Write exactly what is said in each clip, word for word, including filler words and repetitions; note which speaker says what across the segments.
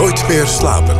Speaker 1: Nooit meer slapen.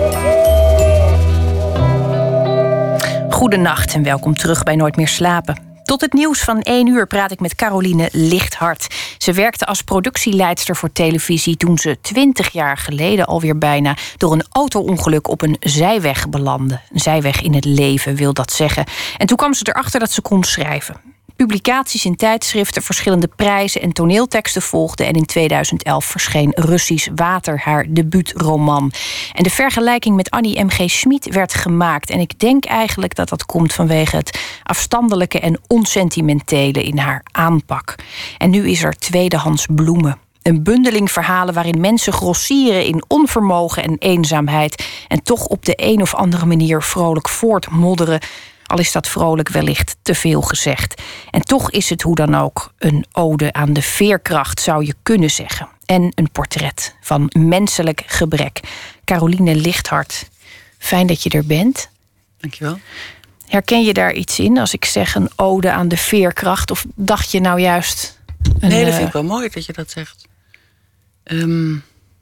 Speaker 2: Goedenacht en welkom terug bij Nooit meer slapen. Tot het nieuws van één uur praat ik met Caroline Lichthart. Ze werkte als productieleidster voor televisie toen ze twintig jaar geleden alweer bijna door een auto-ongeluk op een zijweg belandde. Een zijweg in het leven wil dat zeggen. En toen kwam ze erachter dat ze kon schrijven. Publicaties in tijdschriften, verschillende prijzen en toneelteksten volgden. En in tweeduizend elf verscheen Russisch Water, haar debuutroman. En de vergelijking met Annie M G. Schmid werd gemaakt. En ik denk eigenlijk dat dat komt vanwege het afstandelijke en onsentimentele in haar aanpak. En nu is er Tweedehands Bloemen. Een bundeling verhalen waarin mensen grossieren in onvermogen en eenzaamheid. En toch op de een of andere manier vrolijk voortmodderen. Al is dat vrolijk wellicht te veel gezegd. En toch is het hoe dan ook een ode aan de veerkracht, zou je kunnen zeggen. En een portret van menselijk gebrek. Caroline Lichthart, fijn dat je er bent.
Speaker 3: Dankjewel.
Speaker 2: Herken je daar iets in als ik zeg een ode aan de veerkracht? Of dacht je nou juist... Een,
Speaker 3: nee, dat vind ik wel mooi dat je dat zegt. Um,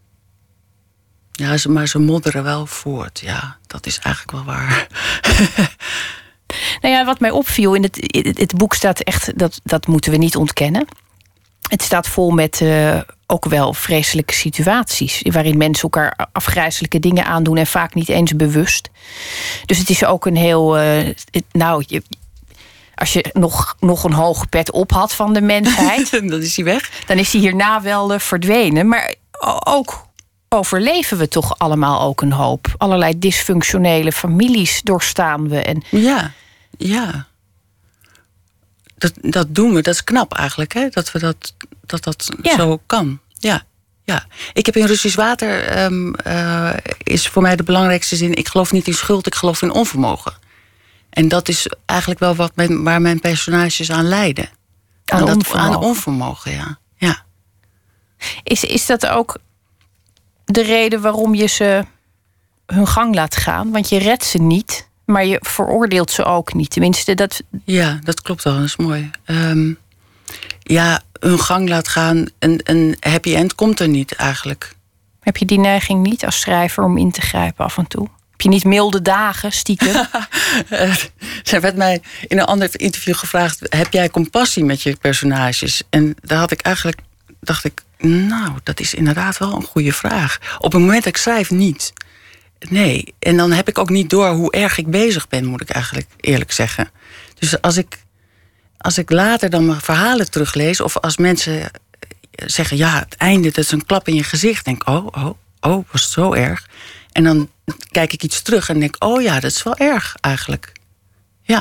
Speaker 3: ja, maar ze modderen wel voort. Ja, dat is eigenlijk wel waar.
Speaker 2: Nou ja, wat mij opviel in het, het, het boek staat echt, dat, dat moeten we niet ontkennen. Het staat vol met uh, ook wel vreselijke situaties, waarin mensen elkaar afgrijselijke dingen aandoen en vaak niet eens bewust. Dus het is ook een heel, uh, het, nou, je, als je nog, nog een hoge pet op had van de mensheid,
Speaker 3: dan is hij weg.
Speaker 2: Dan is hij hierna wel uh, verdwenen. Maar ook overleven we toch allemaal ook een hoop. Allerlei dysfunctionele families doorstaan we. En
Speaker 3: ja, ja. Dat, dat doen we, dat is knap eigenlijk, hè? Dat we dat, dat, dat ja. zo kan. Ja, ja. Ik heb in Russisch Water, um, uh, is voor mij de belangrijkste zin, ik geloof niet in schuld, ik geloof in onvermogen. En dat is eigenlijk wel wat mijn, waar mijn personages aan lijden.
Speaker 2: Aan,
Speaker 3: aan, dat,
Speaker 2: onvermogen.
Speaker 3: aan onvermogen, ja. ja.
Speaker 2: Is, is dat ook de reden waarom je ze hun gang laat gaan? Want je redt ze niet, maar je veroordeelt ze ook niet. Tenminste, dat...
Speaker 3: Ja, dat klopt wel, dat is mooi. Um, ja, hun gang laat gaan, een, een happy end komt er niet eigenlijk.
Speaker 2: Heb je die neiging niet als schrijver om in te grijpen af en toe? Heb je niet milde dagen, stiekem?
Speaker 3: Er werd mij in een ander interview gevraagd, heb jij compassie met je personages? En daar had ik eigenlijk, dacht ik, nou, dat is inderdaad wel een goede vraag. Op het moment dat ik schrijf, niet. Nee, en dan heb ik ook niet door hoe erg ik bezig ben, moet ik eigenlijk eerlijk zeggen. Dus als ik, als ik later dan mijn verhalen teruglees, of als mensen zeggen, ja, het einde, dat is een klap in je gezicht, denk ik, oh, oh, oh, was het zo erg? En dan kijk ik iets terug en denk, oh ja, dat is wel erg eigenlijk. Ja.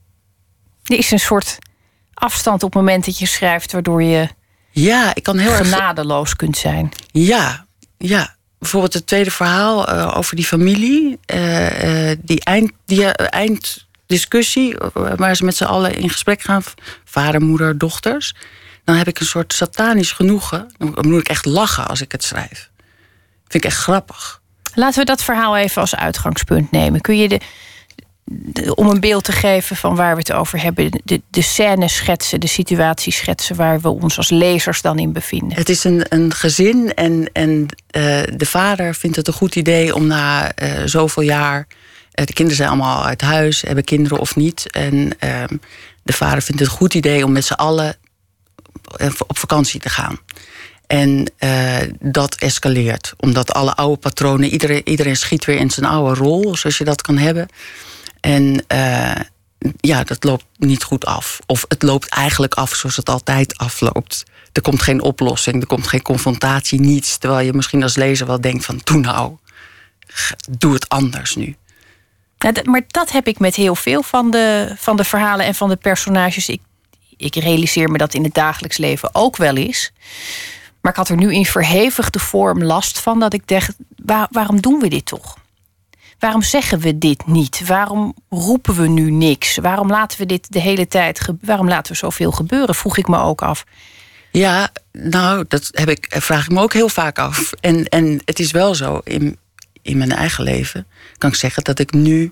Speaker 2: Er is een soort afstand op het moment dat je schrijft, waardoor je
Speaker 3: ja, ik kan heel
Speaker 2: genadeloos erg... kunt zijn.
Speaker 3: Ja, ja. Bijvoorbeeld het tweede verhaal uh, over die familie. Uh, uh, die, eind, die uh, einddiscussie, uh, waar ze met z'n allen in gesprek gaan. Vader, moeder, dochters. Dan heb ik een soort satanisch genoegen. Dan moet ik echt lachen als ik het schrijf. Vind ik echt grappig.
Speaker 2: Laten we dat verhaal even als uitgangspunt nemen. Kun je de, de, om een beeld te geven van waar we het over hebben, de, de scène schetsen, de situatie schetsen waar we ons als lezers dan in bevinden?
Speaker 3: Het is een, een gezin en, en uh, de vader vindt het een goed idee om na uh, zoveel jaar, uh, de kinderen zijn allemaal uit huis, hebben kinderen of niet. En uh, de vader vindt het een goed idee om met z'n allen op vakantie te gaan. En uh, dat escaleert. Omdat alle oude patronen, iedereen, iedereen schiet weer in zijn oude rol, zoals je dat kan hebben. En uh, ja, dat loopt niet goed af. Of het loopt eigenlijk af zoals het altijd afloopt. Er komt geen oplossing, er komt geen confrontatie, niets. Terwijl je misschien als lezer wel denkt van, doe nou, doe het anders nu.
Speaker 2: Ja, maar dat heb ik met heel veel van de, van de verhalen en van de personages. Ik, ik realiseer me dat in het dagelijks leven ook wel eens. Maar ik had er nu in verhevigde vorm last van, dat ik dacht, waar, waarom doen we dit toch? Waarom zeggen we dit niet? Waarom roepen we nu niks? Waarom laten we dit de hele tijd gebeuren? Waarom laten we zoveel gebeuren? Vroeg ik me ook af.
Speaker 3: Ja, nou, dat heb ik, vraag ik me ook heel vaak af. En, en het is wel zo, in, in mijn eigen leven kan ik zeggen dat ik nu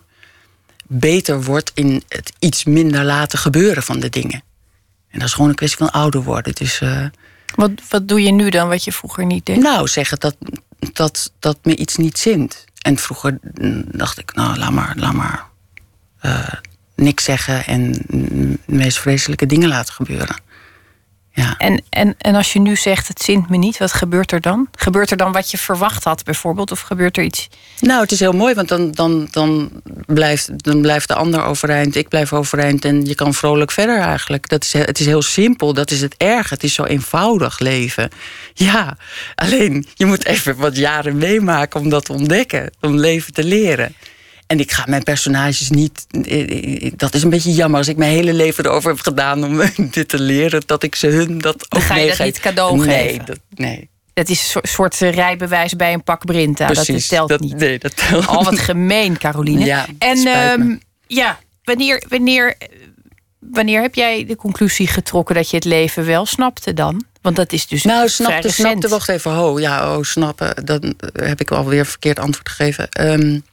Speaker 3: beter word in het iets minder laten gebeuren van de dingen. En dat is gewoon een kwestie van ouder worden. Dus, uh,
Speaker 2: wat, wat doe je nu dan wat je vroeger niet deed?
Speaker 3: Nou, zeggen dat vind dat, dat me iets niet zint. En vroeger dacht ik, nou, laat maar, laat maar uh, niks zeggen en de meest vreselijke dingen laten gebeuren. Ja.
Speaker 2: En, en, en als je nu zegt, het zint me niet, wat gebeurt er dan? Gebeurt er dan wat je verwacht had bijvoorbeeld? Of gebeurt er iets?
Speaker 3: Nou, het is heel mooi, want dan, dan, dan, blijft, dan blijft de ander overeind. Ik blijf overeind en je kan vrolijk verder eigenlijk. Dat is, het is heel simpel, dat is het erg. Het is zo eenvoudig leven. Ja, alleen je moet even wat jaren meemaken om dat te ontdekken. Om leven te leren. En ik ga mijn personages niet... Dat is een beetje jammer als ik mijn hele leven erover heb gedaan om dit te leren. Dat ik ze hun dat ook
Speaker 2: Dan ga je
Speaker 3: meegeef.
Speaker 2: dat niet cadeau
Speaker 3: nee,
Speaker 2: geven?
Speaker 3: Dat, nee,
Speaker 2: dat is een soort rijbewijs bij een pak Brinta.
Speaker 3: Precies,
Speaker 2: dat telt
Speaker 3: dat,
Speaker 2: niet.
Speaker 3: Nee, dat telt
Speaker 2: Al wat gemeen, Caroline.
Speaker 3: Ja,
Speaker 2: en
Speaker 3: um,
Speaker 2: ja, wanneer, wanneer, wanneer heb jij de conclusie getrokken dat je het leven wel snapte dan? Want dat is dus
Speaker 3: nou,
Speaker 2: vrij
Speaker 3: snapte,
Speaker 2: recent.
Speaker 3: snapte, wacht even, ho, ja, oh, snappen. Dan heb ik alweer een verkeerd antwoord gegeven. Um,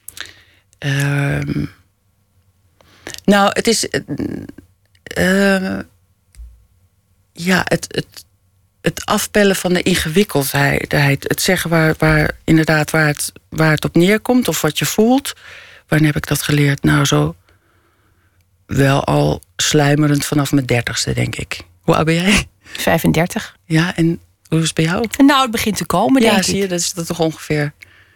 Speaker 3: um, nou, het is... Uh, ja, het, het, het afpellen van de ingewikkeldheid. Het zeggen waar, waar inderdaad waar het, waar het op neerkomt of wat je voelt. Wanneer heb ik dat geleerd? Nou, zo wel al sluimerend vanaf mijn dertigste, denk ik. Hoe oud ben jij?
Speaker 2: vijfendertig.
Speaker 3: Ja, en hoe is het bij jou?
Speaker 2: Nou, het begint te komen,
Speaker 3: ja,
Speaker 2: denk
Speaker 3: zie
Speaker 2: ik.
Speaker 3: je, dat is dat toch ongeveer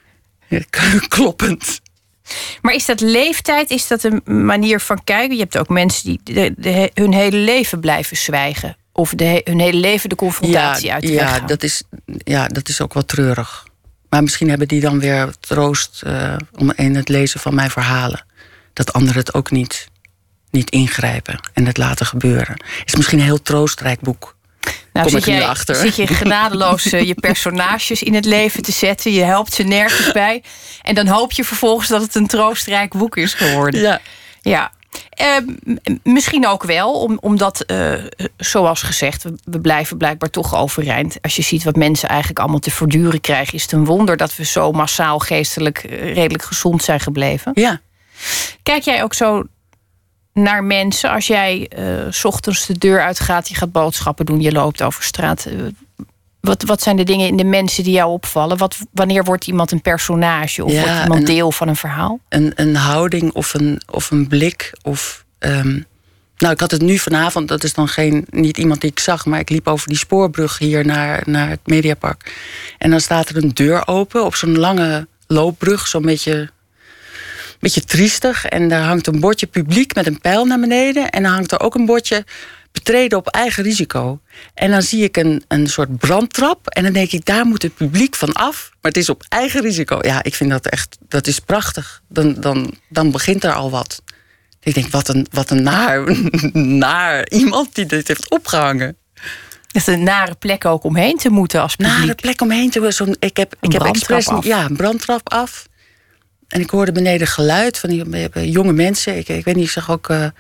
Speaker 3: kloppend.
Speaker 2: Maar is dat leeftijd, is dat een manier van kijken? Je hebt ook mensen die de, de, hun hele leven blijven zwijgen. Of de, hun hele leven de confrontatie
Speaker 3: ja,
Speaker 2: uit de
Speaker 3: ja,
Speaker 2: weg gaan.
Speaker 3: Dat is, ja, dat is ook wel treurig. Maar misschien hebben die dan weer troost uh, om in het lezen van mijn verhalen. Dat anderen het ook niet, niet ingrijpen en het laten gebeuren. Het is misschien een heel troostrijk boek.
Speaker 2: Nou,
Speaker 3: Kom
Speaker 2: zit,
Speaker 3: ik nu
Speaker 2: jij,
Speaker 3: achter.
Speaker 2: zit je genadeloos uh, je personages in het leven te zetten. Je helpt ze nergens bij. En dan hoop je vervolgens dat het een troostrijk boek is geworden.
Speaker 3: Ja.
Speaker 2: Ja. Uh, misschien ook wel, om, omdat, uh, zoals gezegd, we, we blijven blijkbaar toch overeind. Als je ziet wat mensen eigenlijk allemaal te verduren krijgen, is het een wonder dat we zo massaal geestelijk uh, redelijk gezond zijn gebleven.
Speaker 3: Ja.
Speaker 2: Kijk jij ook zo naar mensen als jij uh, 's ochtends de deur uitgaat, je gaat boodschappen doen, je loopt over straat? Uh, wat, wat zijn de dingen in de mensen die jou opvallen? Wat, wanneer wordt iemand een personage of
Speaker 3: ja,
Speaker 2: wordt iemand
Speaker 3: een,
Speaker 2: deel van een verhaal?
Speaker 3: Een, een houding of een, of een blik. Of, um, nou, ik had het nu vanavond, dat is dan geen, niet iemand die ik zag, maar ik liep over die spoorbrug hier naar, naar het Mediapark. En dan staat er een deur open op zo'n lange loopbrug, zo'n beetje... beetje triestig. En daar hangt een bordje publiek met een pijl naar beneden. En dan hangt er ook een bordje betreden op eigen risico. En dan zie ik een, een soort brandtrap. En dan denk ik, daar moet het publiek van af. Maar het is op eigen risico. Ja, ik vind dat echt, dat is prachtig. Dan, dan, dan begint er al wat. Ik denk, wat een, wat een naar, naar iemand die dit heeft opgehangen.
Speaker 2: Dat is een nare plek ook omheen te moeten als publiek.
Speaker 3: Nare plek omheen te moeten. Ik heb, ik heb expres
Speaker 2: af.
Speaker 3: Ja, een brandtrap af. En ik hoorde beneden geluid van die jonge mensen. Ik, ik weet niet, ik zag ook uh,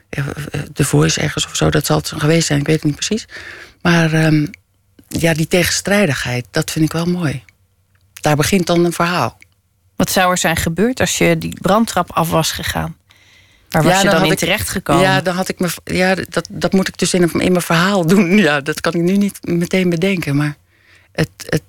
Speaker 3: The Voice ergens of zo. Dat zal het geweest zijn, ik weet het niet precies. Maar um, ja, die tegenstrijdigheid, dat vind ik wel mooi. Daar begint dan een verhaal.
Speaker 2: Wat zou er zijn gebeurd als je die brandtrap af was gegaan? Waar was
Speaker 3: ja,
Speaker 2: je dan, dan in
Speaker 3: ik,
Speaker 2: terecht gekomen?
Speaker 3: Ja, dan had ik me, ja dat, dat moet ik dus in, in mijn verhaal doen. Ja, dat kan ik nu niet meteen bedenken. Maar het... het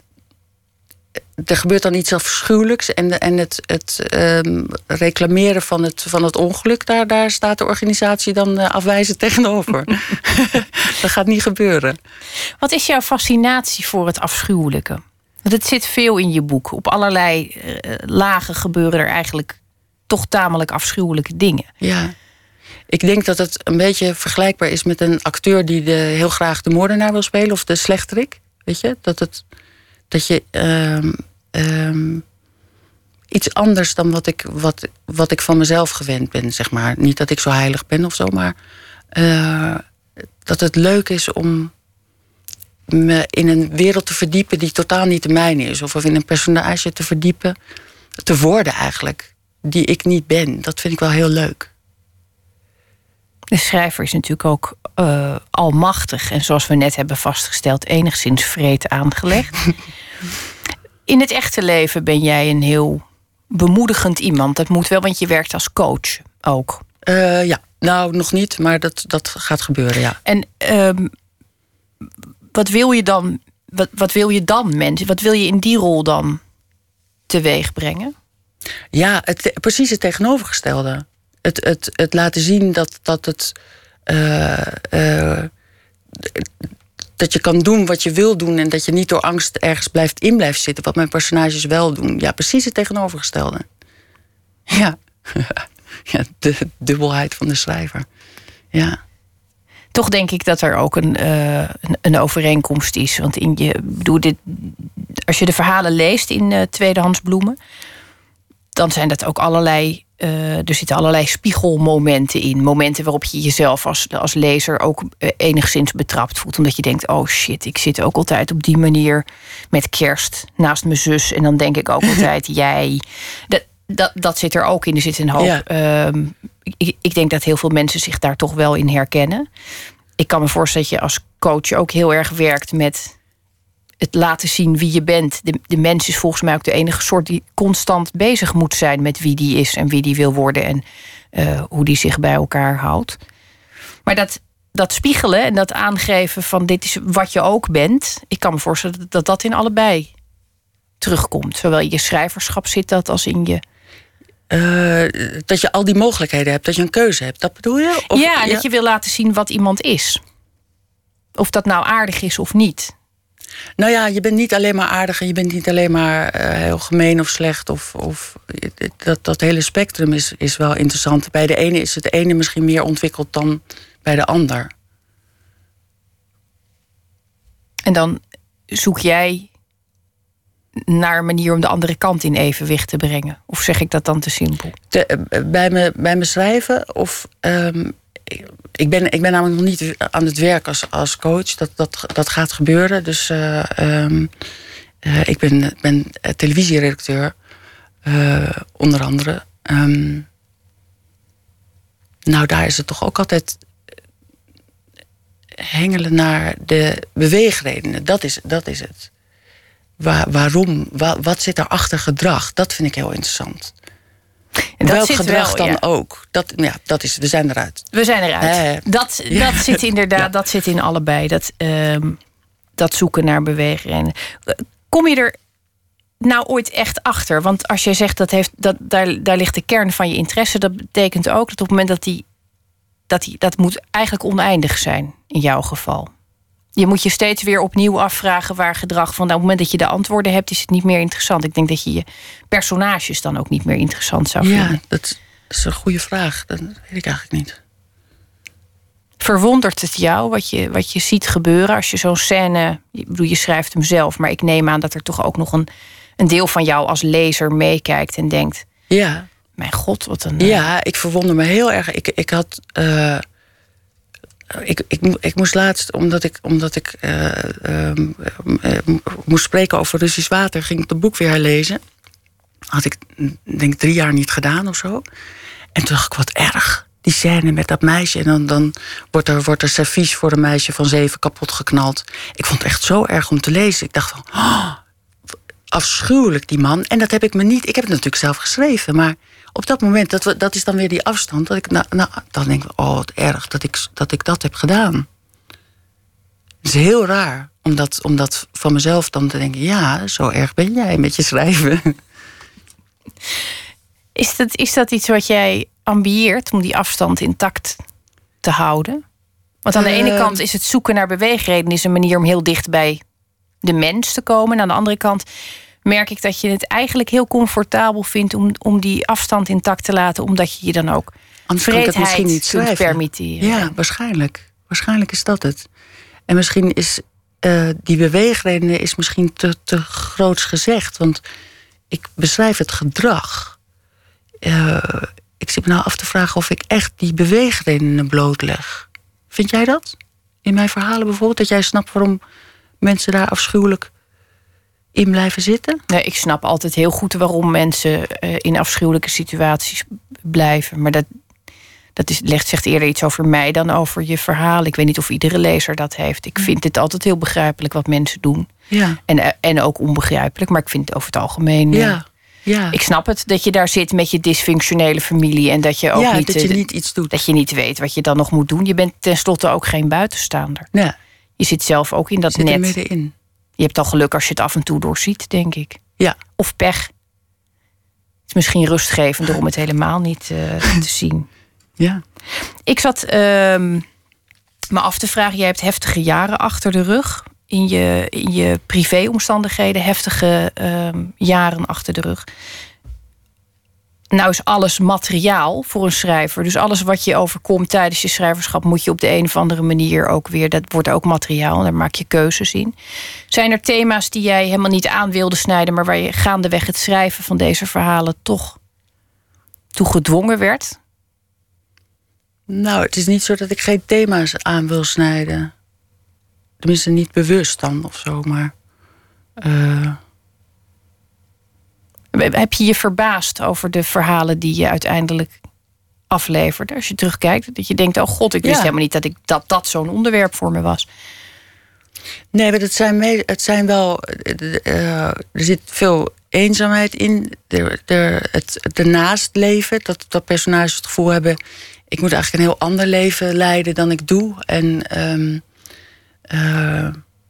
Speaker 3: er gebeurt dan iets afschuwelijks. En, en het, het um, reclameren van het, van het ongeluk, daar, daar staat de organisatie dan uh, afwijzend tegenover. Dat gaat niet gebeuren.
Speaker 2: Wat is jouw fascinatie voor het afschuwelijke? Want het zit veel in je boek. Op allerlei uh, lagen gebeuren er eigenlijk toch tamelijk afschuwelijke dingen.
Speaker 3: Ja. Ik denk dat het een beetje vergelijkbaar is met een acteur die de, heel graag de moordenaar wil spelen of de slechterik. Weet je? Dat het... Dat je um, um, iets anders dan wat ik, wat, wat ik van mezelf gewend ben, zeg maar. Niet dat ik zo heilig ben of zo, maar uh, dat het leuk is om me in een wereld te verdiepen die totaal niet de mijne is. Of in een personage te verdiepen, te worden eigenlijk, die ik niet ben. Dat vind ik wel heel leuk.
Speaker 2: De schrijver is natuurlijk ook uh, almachtig. En zoals we net hebben vastgesteld, enigszins vreed aangelegd. In het echte leven ben jij een heel bemoedigend iemand. Dat moet wel, want je werkt als coach ook.
Speaker 3: Uh, ja, nou nog niet, maar dat, dat gaat gebeuren, ja.
Speaker 2: En um, wat wil je dan, wat, wat wil je dan, mensen? Wat wil je in die rol dan teweeg brengen?
Speaker 3: Ja, het, precies het tegenovergestelde. Het, het, het laten zien dat, dat het... Uh, uh, dat je kan doen wat je wil doen... en dat je niet door angst ergens blijft in blijft zitten... wat mijn personages wel doen. Ja, precies het tegenovergestelde. Ja, ja de dubbelheid van de schrijver. Ja.
Speaker 2: Toch denk ik dat er ook een, uh, een, een overeenkomst is. Want in je, bedoel, dit, als je de verhalen leest in uh, Tweedehands Bloemen... dan zijn dat ook allerlei... Uh, er zitten allerlei spiegelmomenten in. Momenten waarop je jezelf als, als lezer ook uh, enigszins betrapt voelt. Omdat je denkt, oh shit, ik zit ook altijd op die manier met Kerst naast mijn zus. En dan denk ik ook altijd, jij... Dat, dat, dat zit er ook in. Er zit een hoop... Ja. Uh, ik, ik denk dat heel veel mensen zich daar toch wel in herkennen. Ik kan me voorstellen dat je als coach ook heel erg werkt met... het laten zien wie je bent. De, de mens is volgens mij ook de enige soort die constant bezig moet zijn met wie die is en wie die wil worden en uh, hoe die zich bij elkaar houdt. Maar dat, dat spiegelen en dat aangeven van dit is wat je ook bent, ik kan me voorstellen dat dat in allebei terugkomt. Zowel in je schrijverschap zit dat als in je...
Speaker 3: Uh, dat je al die mogelijkheden hebt, dat je een keuze hebt, dat bedoel je? Of,
Speaker 2: ja, ja, dat je wil laten zien wat iemand is. Of dat nou aardig is of niet.
Speaker 3: Nou ja, je bent niet alleen maar aardig en je bent niet alleen maar uh, heel gemeen of slecht. Of, of, dat, dat hele spectrum is, is wel interessant. Bij de ene is het ene misschien meer ontwikkeld dan bij de ander.
Speaker 2: En dan zoek jij naar een manier om de andere kant in evenwicht te brengen? Of zeg ik dat dan te simpel?
Speaker 3: De, bij, me, bij me schrijven of... Um, Ik ben, ik ben namelijk nog niet aan het werk als, als coach. Dat, dat, dat gaat gebeuren. Dus uh, um, uh, ik ben, ben televisieredacteur, uh, onder andere. Um, nou, daar is het toch ook altijd hengelen naar de beweegredenen. Dat is, dat is het. Waar, waarom? Wa, wat zit er achter gedrag? Dat vind ik heel interessant. En dat welk zit gedrag wel, dan ja. ook. Dat, ja, dat is, we zijn eruit.
Speaker 2: We zijn eruit. Uh, dat, ja. dat zit inderdaad, ja. dat zit in allebei. Dat, uh, dat zoeken naar bewegingen. Kom je er nou ooit echt achter? Want als je zegt dat, heeft, dat daar, daar ligt de kern van je interesse, dat betekent ook dat op het moment dat die, dat die, dat moet eigenlijk oneindig zijn in jouw geval. Je moet je steeds weer opnieuw afvragen waar gedrag van... Nou, op het moment dat je de antwoorden hebt, is het niet meer interessant. Ik denk dat je je personages dan ook niet meer interessant zou vinden.
Speaker 3: Ja, dat is een goede vraag. Dat weet ik eigenlijk niet.
Speaker 2: Verwondert het jou wat je, wat je ziet gebeuren als je zo'n scène... Ik bedoel, je schrijft hem zelf, maar ik neem aan dat er toch ook nog een, een deel van jou als lezer meekijkt en denkt...
Speaker 3: Ja.
Speaker 2: Mijn god, wat een...
Speaker 3: Ja, ik verwonder me heel erg. Ik, ik had... Uh... Ik, ik, ik moest laatst, omdat ik, omdat ik uh, uh, uh, moest spreken over Russisch water, ging ik het boek weer herlezen. Had ik denk drie jaar niet gedaan of zo. En toen dacht ik, wat erg. Die scène met dat meisje. En dan, dan wordt, er, wordt er servies voor een meisje van zeven kapot geknald. Ik vond het echt zo erg om te lezen. Ik dacht van, oh, afschuwelijk die man. En dat heb ik me niet, ik heb het natuurlijk zelf geschreven, maar... Op dat moment, dat, dat is dan weer die afstand... dat ik nou, nou, dan denk ik, oh, wat erg dat ik, dat ik dat heb gedaan. Het is heel raar om dat, om dat van mezelf dan te denken... ja, zo erg ben jij met je schrijven.
Speaker 2: Is dat, is dat iets wat jij ambieert om die afstand intact te houden? Want aan de uh, ene kant is het zoeken naar beweegreden... is een manier om heel dicht bij de mens te komen. En aan de andere kant... merk ik dat je het eigenlijk heel comfortabel vindt... om, om die afstand intact te laten... omdat je je dan ook vreedheid misschien niet kunt permitteren.
Speaker 3: Ja, waarschijnlijk. Waarschijnlijk is dat het. En misschien is uh, die beweegredenen is misschien te, te groots gezegd. Want ik beschrijf het gedrag. Uh, ik zit me nou af te vragen of ik echt die beweegredenen blootleg. Vind jij dat? In mijn verhalen bijvoorbeeld? Dat jij snapt waarom mensen daar afschuwelijk... in blijven zitten?
Speaker 2: Nee, ik snap altijd heel goed waarom mensen uh, in afschuwelijke situaties blijven. Maar dat, dat is, legt, zegt eerder iets over mij dan over je verhaal. Ik weet niet of iedere lezer dat heeft. Ik vind het altijd heel begrijpelijk wat mensen doen.
Speaker 3: Ja.
Speaker 2: En, uh, en ook onbegrijpelijk, maar ik vind het over het algemeen... Uh,
Speaker 3: ja. Ja.
Speaker 2: Ik snap het, dat je daar zit met je dysfunctionele familie... en dat je ook
Speaker 3: ja,
Speaker 2: niet,
Speaker 3: dat je niet iets doet.
Speaker 2: Dat je niet weet wat je dan nog moet doen. Je bent tenslotte ook geen buitenstaander.
Speaker 3: Ja.
Speaker 2: Je zit zelf ook in dat
Speaker 3: zit
Speaker 2: net.
Speaker 3: Er middenin.
Speaker 2: Je hebt al geluk als je het af en toe doorziet, denk ik.
Speaker 3: Ja.
Speaker 2: Of pech. is misschien rustgevender om het helemaal niet uh, te zien.
Speaker 3: Ja.
Speaker 2: Ik zat uh, me af te vragen, jij hebt heftige jaren achter de rug. In je, in je privéomstandigheden, heftige uh, jaren achter de rug. Nou is alles materiaal voor een schrijver. Dus alles wat je overkomt tijdens je schrijverschap moet je op de een of andere manier ook weer, dat wordt ook materiaal. Daar maak je keuzes in. Zijn er thema's die jij helemaal niet aan wilde snijden, maar waar je gaandeweg het schrijven van deze verhalen toch toe gedwongen werd?
Speaker 3: Nou, het is niet zo dat ik geen thema's aan wil snijden. Tenminste, niet bewust dan of zo, maar... Uh...
Speaker 2: Heb je je verbaasd over de verhalen die je uiteindelijk afleverde? Als je terugkijkt, dat je denkt, oh god, ik wist ja. helemaal niet dat ik, dat, dat zo'n onderwerp voor me was.
Speaker 3: Nee, maar het zijn, mee, het zijn wel... Uh, er zit veel eenzaamheid in. De, de, het ernaast leven, dat, dat personages het gevoel hebben... ik moet eigenlijk een heel ander leven leiden dan ik doe. En... Um, uh,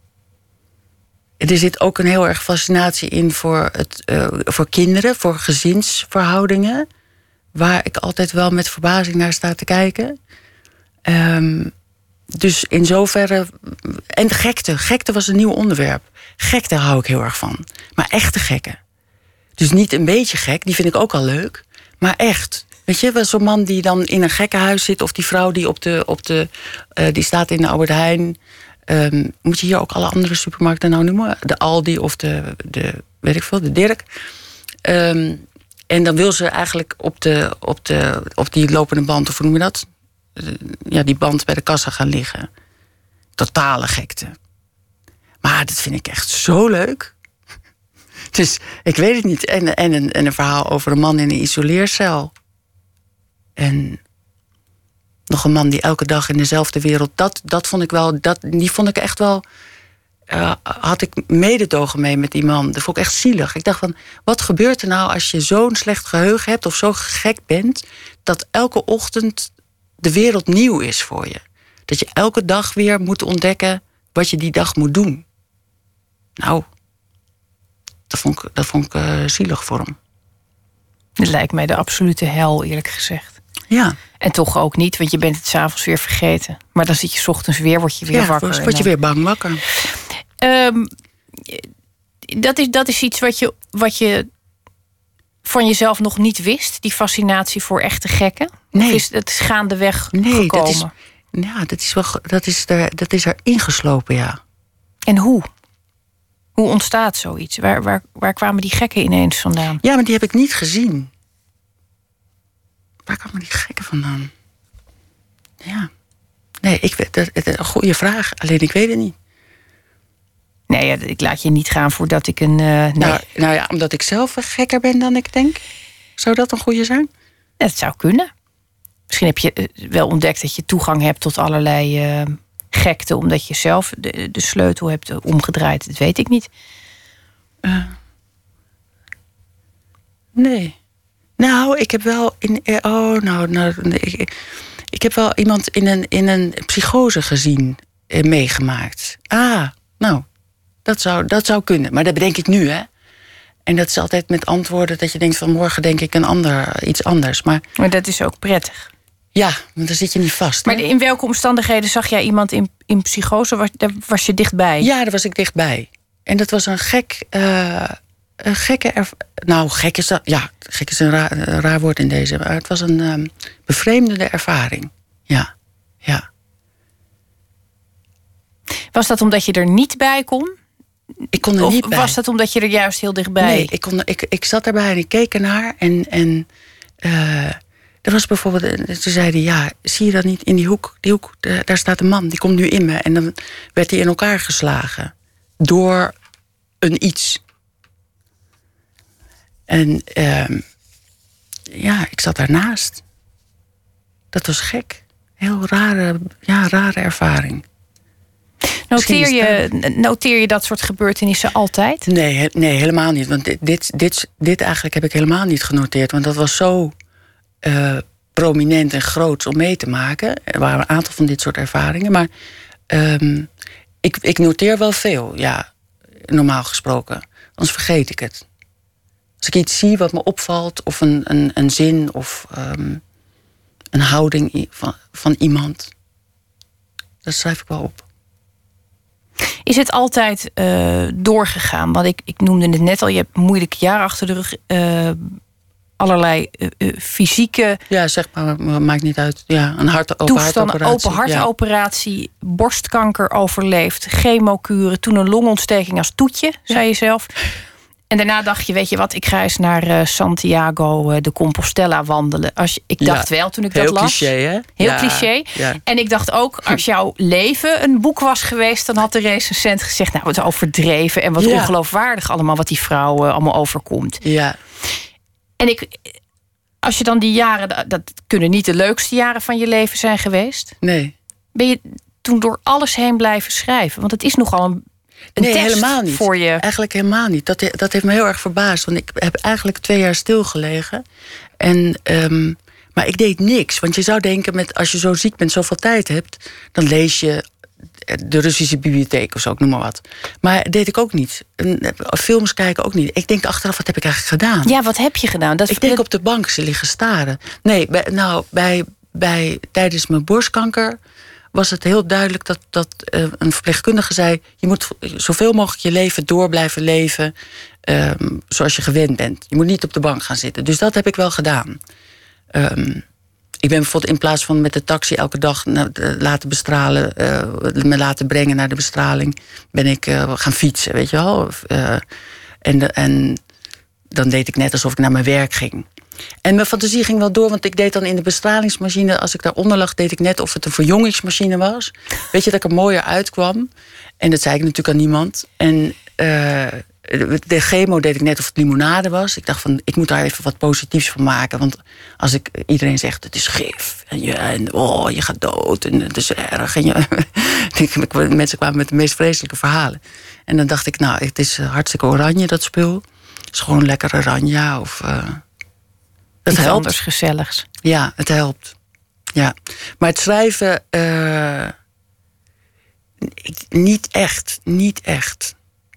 Speaker 3: er zit ook een heel erg fascinatie in voor, het, uh, voor kinderen, voor gezinsverhoudingen. Waar ik altijd wel met verbazing naar sta te kijken. Um, dus in zoverre... En de gekte. Gekte was een nieuw onderwerp. Gekte hou ik heel erg van. Maar echte gekken. Dus niet een beetje gek, die vind ik ook al leuk. Maar echt. Weet je, wel zo'n man die dan in een gekkenhuis zit... of die vrouw die, op de, op de, uh, die staat in de Albert Heijn... Um, moet je hier ook alle andere supermarkten nou noemen? De Aldi of de, de weet ik veel, de Dirk. Um, en dan wil ze eigenlijk op, de, op, de, op die lopende band, of hoe noem je dat? Uh, ja, die band bij de kassa gaan liggen. Totale gekte. Maar dat vind ik echt zo leuk. Dus ik weet het niet. En, en, een, en een verhaal over een man in een isoleercel. En... nog een man die elke dag in dezelfde wereld... dat, dat vond ik wel... Dat, die vond ik echt wel... Uh, had ik mededogen mee met die man. Dat vond ik echt zielig. Ik dacht van, wat gebeurt er nou als je zo'n slecht geheugen hebt... of zo gek bent... dat elke ochtend de wereld nieuw is voor je. Dat je elke dag weer moet ontdekken... wat je die dag moet doen. Nou, dat vond ik, dat vond ik uh, zielig voor hem.
Speaker 2: Het lijkt mij de absolute hel, eerlijk gezegd.
Speaker 3: Ja.
Speaker 2: En toch ook niet, want je bent het 's avonds weer vergeten. Maar dan zit je 's ochtends weer, word je weer
Speaker 3: ja,
Speaker 2: wakker.
Speaker 3: Ja, word je weer bang wakker.
Speaker 2: Um, dat, is, dat is iets wat je, wat je van jezelf nog niet wist? Die fascinatie voor echte gekken?
Speaker 3: Nee.
Speaker 2: Of is het is gaandeweg
Speaker 3: nee,
Speaker 2: gekomen?
Speaker 3: Dat is, ja, dat is, wel, dat, is er, dat is er ingeslopen, ja.
Speaker 2: En hoe? Hoe ontstaat zoiets? Waar, waar, waar kwamen die gekken ineens vandaan?
Speaker 3: Ja, maar die heb ik niet gezien. Waar kwamen die gekken vandaan? Ja. Nee, ik weet, dat is een goede vraag. Alleen ik weet het niet.
Speaker 2: Nee, ik laat je niet gaan voordat ik een... Uh, nee.
Speaker 3: nou, nou ja, omdat ik zelf gekker ben dan ik denk. Zou dat een goede zijn?
Speaker 2: Het zou kunnen. Misschien heb je wel ontdekt dat je toegang hebt tot allerlei uh, gekte... omdat je zelf de, de sleutel hebt omgedraaid. Dat weet ik niet.
Speaker 3: Uh, nee. Nou, ik heb wel... In, oh, nou... nou ik, ik heb wel iemand in een, in een psychose gezien, eh, meegemaakt. Ah, nou, dat zou, dat zou kunnen. Maar dat bedenk ik nu, hè. En dat is altijd met antwoorden dat je denkt van morgen denk ik een ander, iets anders. Maar,
Speaker 2: maar dat is ook prettig.
Speaker 3: Ja, want dan zit je niet vast.
Speaker 2: Maar
Speaker 3: hè?
Speaker 2: in welke omstandigheden zag jij iemand in, in psychose? Was, daar was je dichtbij?
Speaker 3: Ja, daar was ik dichtbij. En dat was een gek... Uh, een gekke... Erv- nou, gek is dat... Ja, gek is een raar, een raar woord in deze. Maar het was een um, bevreemdende ervaring. Ja, ja.
Speaker 2: Was dat omdat je er niet bij kon?
Speaker 3: Ik kon er
Speaker 2: of
Speaker 3: niet bij.
Speaker 2: Of was dat omdat je er juist heel dichtbij...
Speaker 3: Nee, ik, kon, ik, ik zat erbij en ik keek ernaar. En, en uh, er was bijvoorbeeld... Ze zeiden, ja, zie je dat niet in die hoek? Die hoek, de, daar staat een man, die komt nu in me. En dan werd hij in elkaar geslagen. Door een iets. En uh, ja, ik zat daarnaast. Dat was gek. Heel rare, ja, rare ervaring.
Speaker 2: Noteer je, noteer je dat soort gebeurtenissen altijd?
Speaker 3: Nee, nee, helemaal niet. Want dit, dit, dit, dit eigenlijk heb ik helemaal niet genoteerd. Want dat was zo uh, prominent en groot om mee te maken. Er waren een aantal van dit soort ervaringen. Maar um, ik, ik noteer wel veel, ja. Normaal gesproken. Anders vergeet ik het. Als ik iets zie wat me opvalt, of een, een, een zin of um, een houding van, van iemand, dat schrijf ik wel op.
Speaker 2: Is het altijd uh, doorgegaan? Want ik, ik noemde het net al, je hebt moeilijke jaren achter de rug. Uh, allerlei uh, uh, fysieke...
Speaker 3: Ja, zeg maar, maakt niet uit. Ja, een hart, open hartoperatie.
Speaker 2: Open hartoperatie, ja. Borstkanker overleefd, chemokuren, toen een longontsteking als toetje, ja. zei je zelf. En daarna dacht je, weet je wat, ik ga eens naar uh, Santiago uh, de Compostela wandelen. Als je, ik dacht ja, wel toen ik dat las.
Speaker 3: Heel cliché, hè?
Speaker 2: Heel
Speaker 3: ja,
Speaker 2: cliché. Ja. En ik dacht ook, als jouw leven een boek was geweest, dan had de recensent gezegd, nou, wat overdreven en wat ja. ongeloofwaardig allemaal wat die vrouw uh, allemaal overkomt.
Speaker 3: Ja.
Speaker 2: En ik, als je dan die jaren, dat kunnen niet de leukste jaren van je leven zijn geweest.
Speaker 3: Nee.
Speaker 2: Ben je toen door alles heen blijven schrijven? Want het is nogal een, een
Speaker 3: nee,
Speaker 2: test
Speaker 3: helemaal niet.
Speaker 2: voor je.
Speaker 3: Eigenlijk helemaal niet. Dat, dat heeft me heel erg verbaasd. Want ik heb eigenlijk twee jaar stilgelegen. En, um, maar ik deed niks. Want je zou denken, met, als je zo ziek bent, zoveel tijd hebt, dan lees je de Russische bibliotheek of zo, ik noem maar wat. Maar dat deed ik ook niet. Films kijken ook niet. Ik denk achteraf, wat heb ik eigenlijk gedaan?
Speaker 2: Ja, wat heb je gedaan? Dat
Speaker 3: ik denk op de bank ze liggen staren. Nee, bij, nou, bij, bij, tijdens mijn borstkanker was het heel duidelijk dat, dat uh, een verpleegkundige zei, je moet zoveel mogelijk je leven door blijven leven um, zoals je gewend bent. Je moet niet op de bank gaan zitten. Dus dat heb ik wel gedaan. Um, Ik ben bijvoorbeeld in plaats van met de taxi elke dag laten bestralen, uh, me laten brengen naar de bestraling, ben ik uh, gaan fietsen, weet je wel. Uh, en, de, en dan deed ik net alsof ik naar mijn werk ging. En mijn fantasie ging wel door, want ik deed dan in de bestralingsmachine, als ik daaronder lag, deed ik net of het een verjongingsmachine was. Weet je, dat ik er mooier uitkwam. En dat zei ik natuurlijk aan niemand. En uh, de chemo deed ik net of het limonade was. Ik dacht van, ik moet daar even wat positiefs van maken. Want als ik iedereen zegt, het is gif. En, je, en oh, je gaat dood. En het is erg. En je, mensen kwamen met de meest vreselijke verhalen. En dan dacht ik, nou, het is hartstikke oranje, dat spul. Het is gewoon lekker oranje. Of, uh, het
Speaker 2: Iets
Speaker 3: helpt.
Speaker 2: anders gezelligs.
Speaker 3: Ja, het helpt. Ja. Maar het schrijven, uh, niet echt. Niet echt.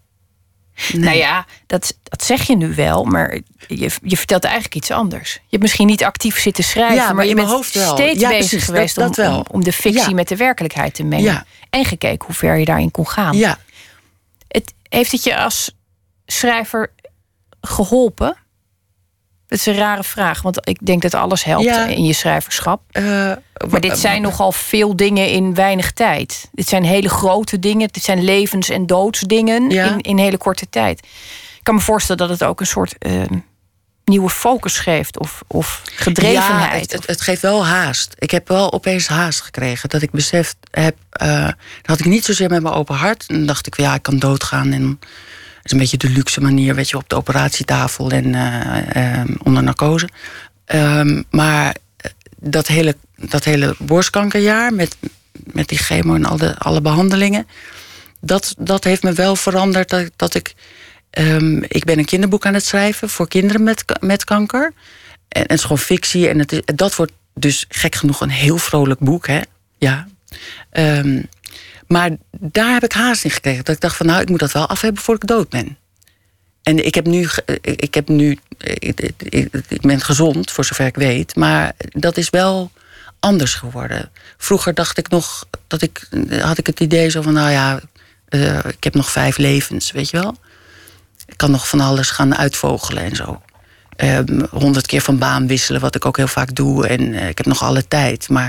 Speaker 3: Nee.
Speaker 2: Nou ja, dat, dat zeg je nu wel, maar je, je vertelt eigenlijk iets anders. Je hebt misschien niet actief zitten schrijven,
Speaker 3: ja, maar,
Speaker 2: maar je
Speaker 3: in
Speaker 2: bent
Speaker 3: mijn hoofd wel.
Speaker 2: steeds
Speaker 3: ja,
Speaker 2: bezig
Speaker 3: precies,
Speaker 2: geweest
Speaker 3: dat,
Speaker 2: om,
Speaker 3: dat wel.
Speaker 2: om, om de fictie
Speaker 3: ja.
Speaker 2: met de werkelijkheid te mengen.
Speaker 3: Ja.
Speaker 2: En gekeken hoe ver je daarin kon gaan.
Speaker 3: Ja.
Speaker 2: Het, heeft het je als schrijver geholpen? Dat is een rare vraag, want ik denk dat alles helpt ja. in je schrijverschap. Uh, maar dit zijn uh, nogal veel dingen in weinig tijd. Dit zijn hele grote dingen. Dit zijn levens- en doodsdingen ja. in, in hele korte tijd. Ik kan me voorstellen dat het ook een soort uh, nieuwe focus geeft. Of, of gedrevenheid.
Speaker 3: Ja, het, het, het geeft wel haast. Ik heb wel opeens haast gekregen. Dat ik beseft heb, uh, dat had ik niet zozeer met mijn open hart. En dan dacht ik, ja, ik kan doodgaan. En dat is een beetje de luxe manier, weet je, op de operatietafel en uh, uh, onder narcose. Um, maar dat hele, dat hele borstkankerjaar met, met die chemo en al de, alle behandelingen, dat, dat heeft me wel veranderd. Dat, dat ik, um, ik ben een kinderboek aan het schrijven voor kinderen met, met kanker. En het is gewoon fictie. En het is, dat wordt dus gek genoeg een heel vrolijk boek, hè? Ja. Um, Maar daar heb ik haast in gekregen. Dat ik dacht van, nou, ik moet dat wel af hebben voor ik dood ben. En ik heb nu, ik heb nu, ik, ik ben gezond, voor zover ik weet. Maar dat is wel anders geworden. Vroeger dacht ik nog, dat ik, had ik het idee zo van, nou ja, uh, ik heb nog vijf levens, weet je wel. Ik kan nog van alles gaan uitvogelen en zo. Honderd uh, keer van baan wisselen, wat ik ook heel vaak doe. En uh, ik heb nog alle tijd. Maar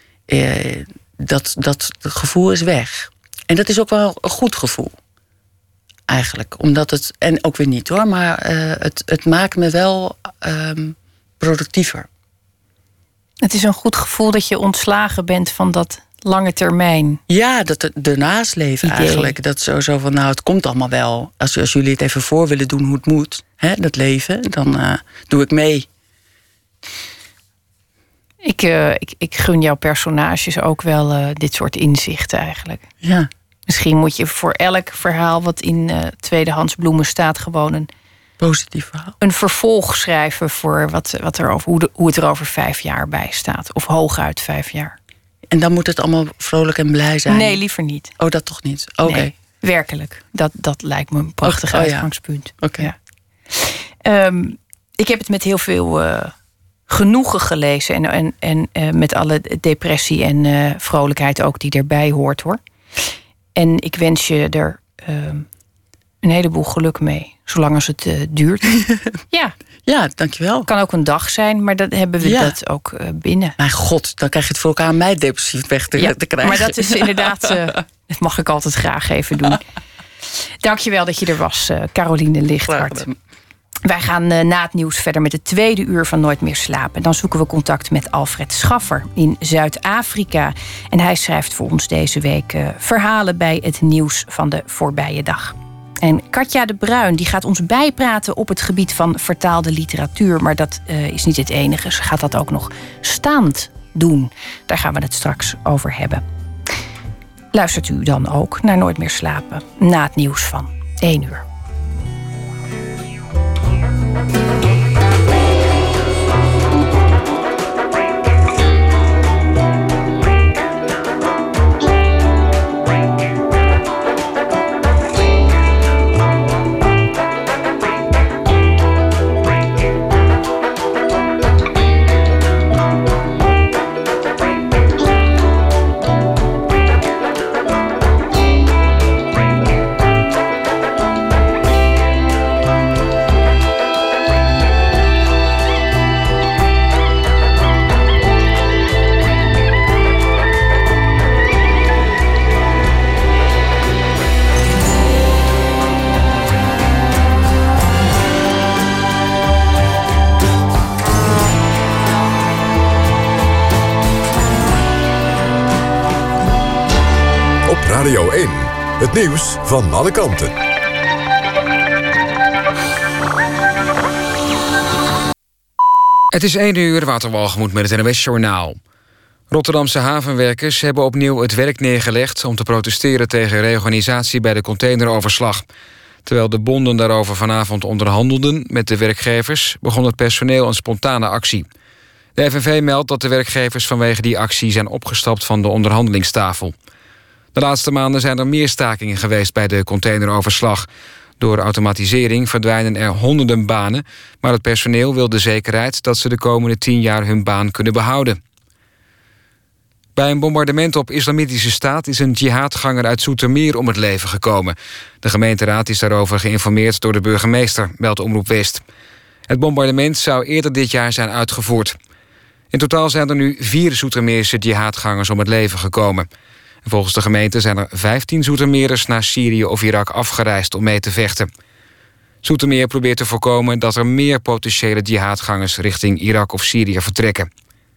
Speaker 3: uh, dat, dat gevoel is weg. En dat is ook wel een goed gevoel. Eigenlijk. Omdat het, en ook weer niet hoor, maar uh, het, het maakt me wel um, productiever.
Speaker 2: Het is een goed gevoel dat je ontslagen bent van dat lange termijn.
Speaker 3: Ja, dat ernaast leven idee. Eigenlijk. Dat zo, zo van, nou, het komt allemaal wel. Als, als jullie het even voor willen doen hoe het moet, hè, dat leven, dan uh, doe ik mee.
Speaker 2: Ik, uh, ik, ik gun jouw personages ook wel uh, dit soort inzichten eigenlijk.
Speaker 3: Ja.
Speaker 2: Misschien moet je voor elk verhaal wat in uh, Tweedehands Bloemen staat gewoon een
Speaker 3: positief verhaal.
Speaker 2: Een vervolg schrijven voor wat, wat er over, hoe, de, hoe het er over vijf jaar bij staat. Of hooguit vijf jaar.
Speaker 3: En dan moet het allemaal vrolijk en blij zijn?
Speaker 2: Nee, liever niet.
Speaker 3: Oh, dat toch niet? Oké. Okay.
Speaker 2: Nee, werkelijk. Dat, dat lijkt me een prachtig oh, uitgangspunt.
Speaker 3: Ja. Oké. Okay.
Speaker 2: Ja. Um, ik heb het met heel veel uh, genoegen gelezen. En, en, en uh, met alle depressie en uh, vrolijkheid ook die erbij hoort, hoor. En ik wens je er uh, een heleboel geluk mee. Zolang als het uh, duurt. Ja.
Speaker 3: Ja, dankjewel.
Speaker 2: Het kan ook een dag zijn, maar dat hebben we ja. dat ook uh, binnen.
Speaker 3: Mijn god, dan krijg je het voor elkaar mij depressief weg te, ja, te krijgen.
Speaker 2: Maar dat is inderdaad, uh, dat mag ik altijd graag even doen. Dankjewel dat je er was, uh, Caroline Lichthart. Wij gaan uh, na het nieuws verder met het tweede uur van Nooit meer slapen. Dan zoeken we contact met Alfred Schaffer in Zuid-Afrika. En hij schrijft voor ons deze week uh, verhalen bij het nieuws van de voorbije dag. En Katja de Bruin die gaat ons bijpraten op het gebied van vertaalde literatuur. Maar dat uh, is niet het enige. Ze gaat dat ook nog staand doen. Daar gaan we het straks over hebben. Luistert u dan ook naar Nooit meer slapen na het nieuws van één uur.
Speaker 1: Radio één, het nieuws van alle kanten.
Speaker 4: Het is één uur, Wouter Walgemoed met het N O S-journaal. Rotterdamse havenwerkers hebben opnieuw het werk neergelegd om te protesteren tegen reorganisatie bij de containeroverslag. Terwijl de bonden daarover vanavond onderhandelden met de werkgevers, begon het personeel een spontane actie. De F N V meldt dat de werkgevers vanwege die actie zijn opgestapt van de onderhandelingstafel. De laatste maanden zijn er meer stakingen geweest bij de containeroverslag. Door automatisering verdwijnen er honderden banen, maar het personeel wil de zekerheid dat ze de komende tien jaar hun baan kunnen behouden. Bij een bombardement op Islamitische Staat is een jihadganger uit Zoetermeer om het leven gekomen. De gemeenteraad is daarover geïnformeerd door de burgemeester, meldt Omroep West. Het bombardement zou eerder dit jaar zijn uitgevoerd. In totaal zijn er nu vier Zoetermeerse jihadgangers om het leven gekomen. Volgens de gemeente zijn er vijftien Zoetermeerders naar Syrië of Irak afgereisd om mee te vechten. Zoetermeer probeert te voorkomen dat er meer potentiële jihadgangers richting Irak of Syrië vertrekken.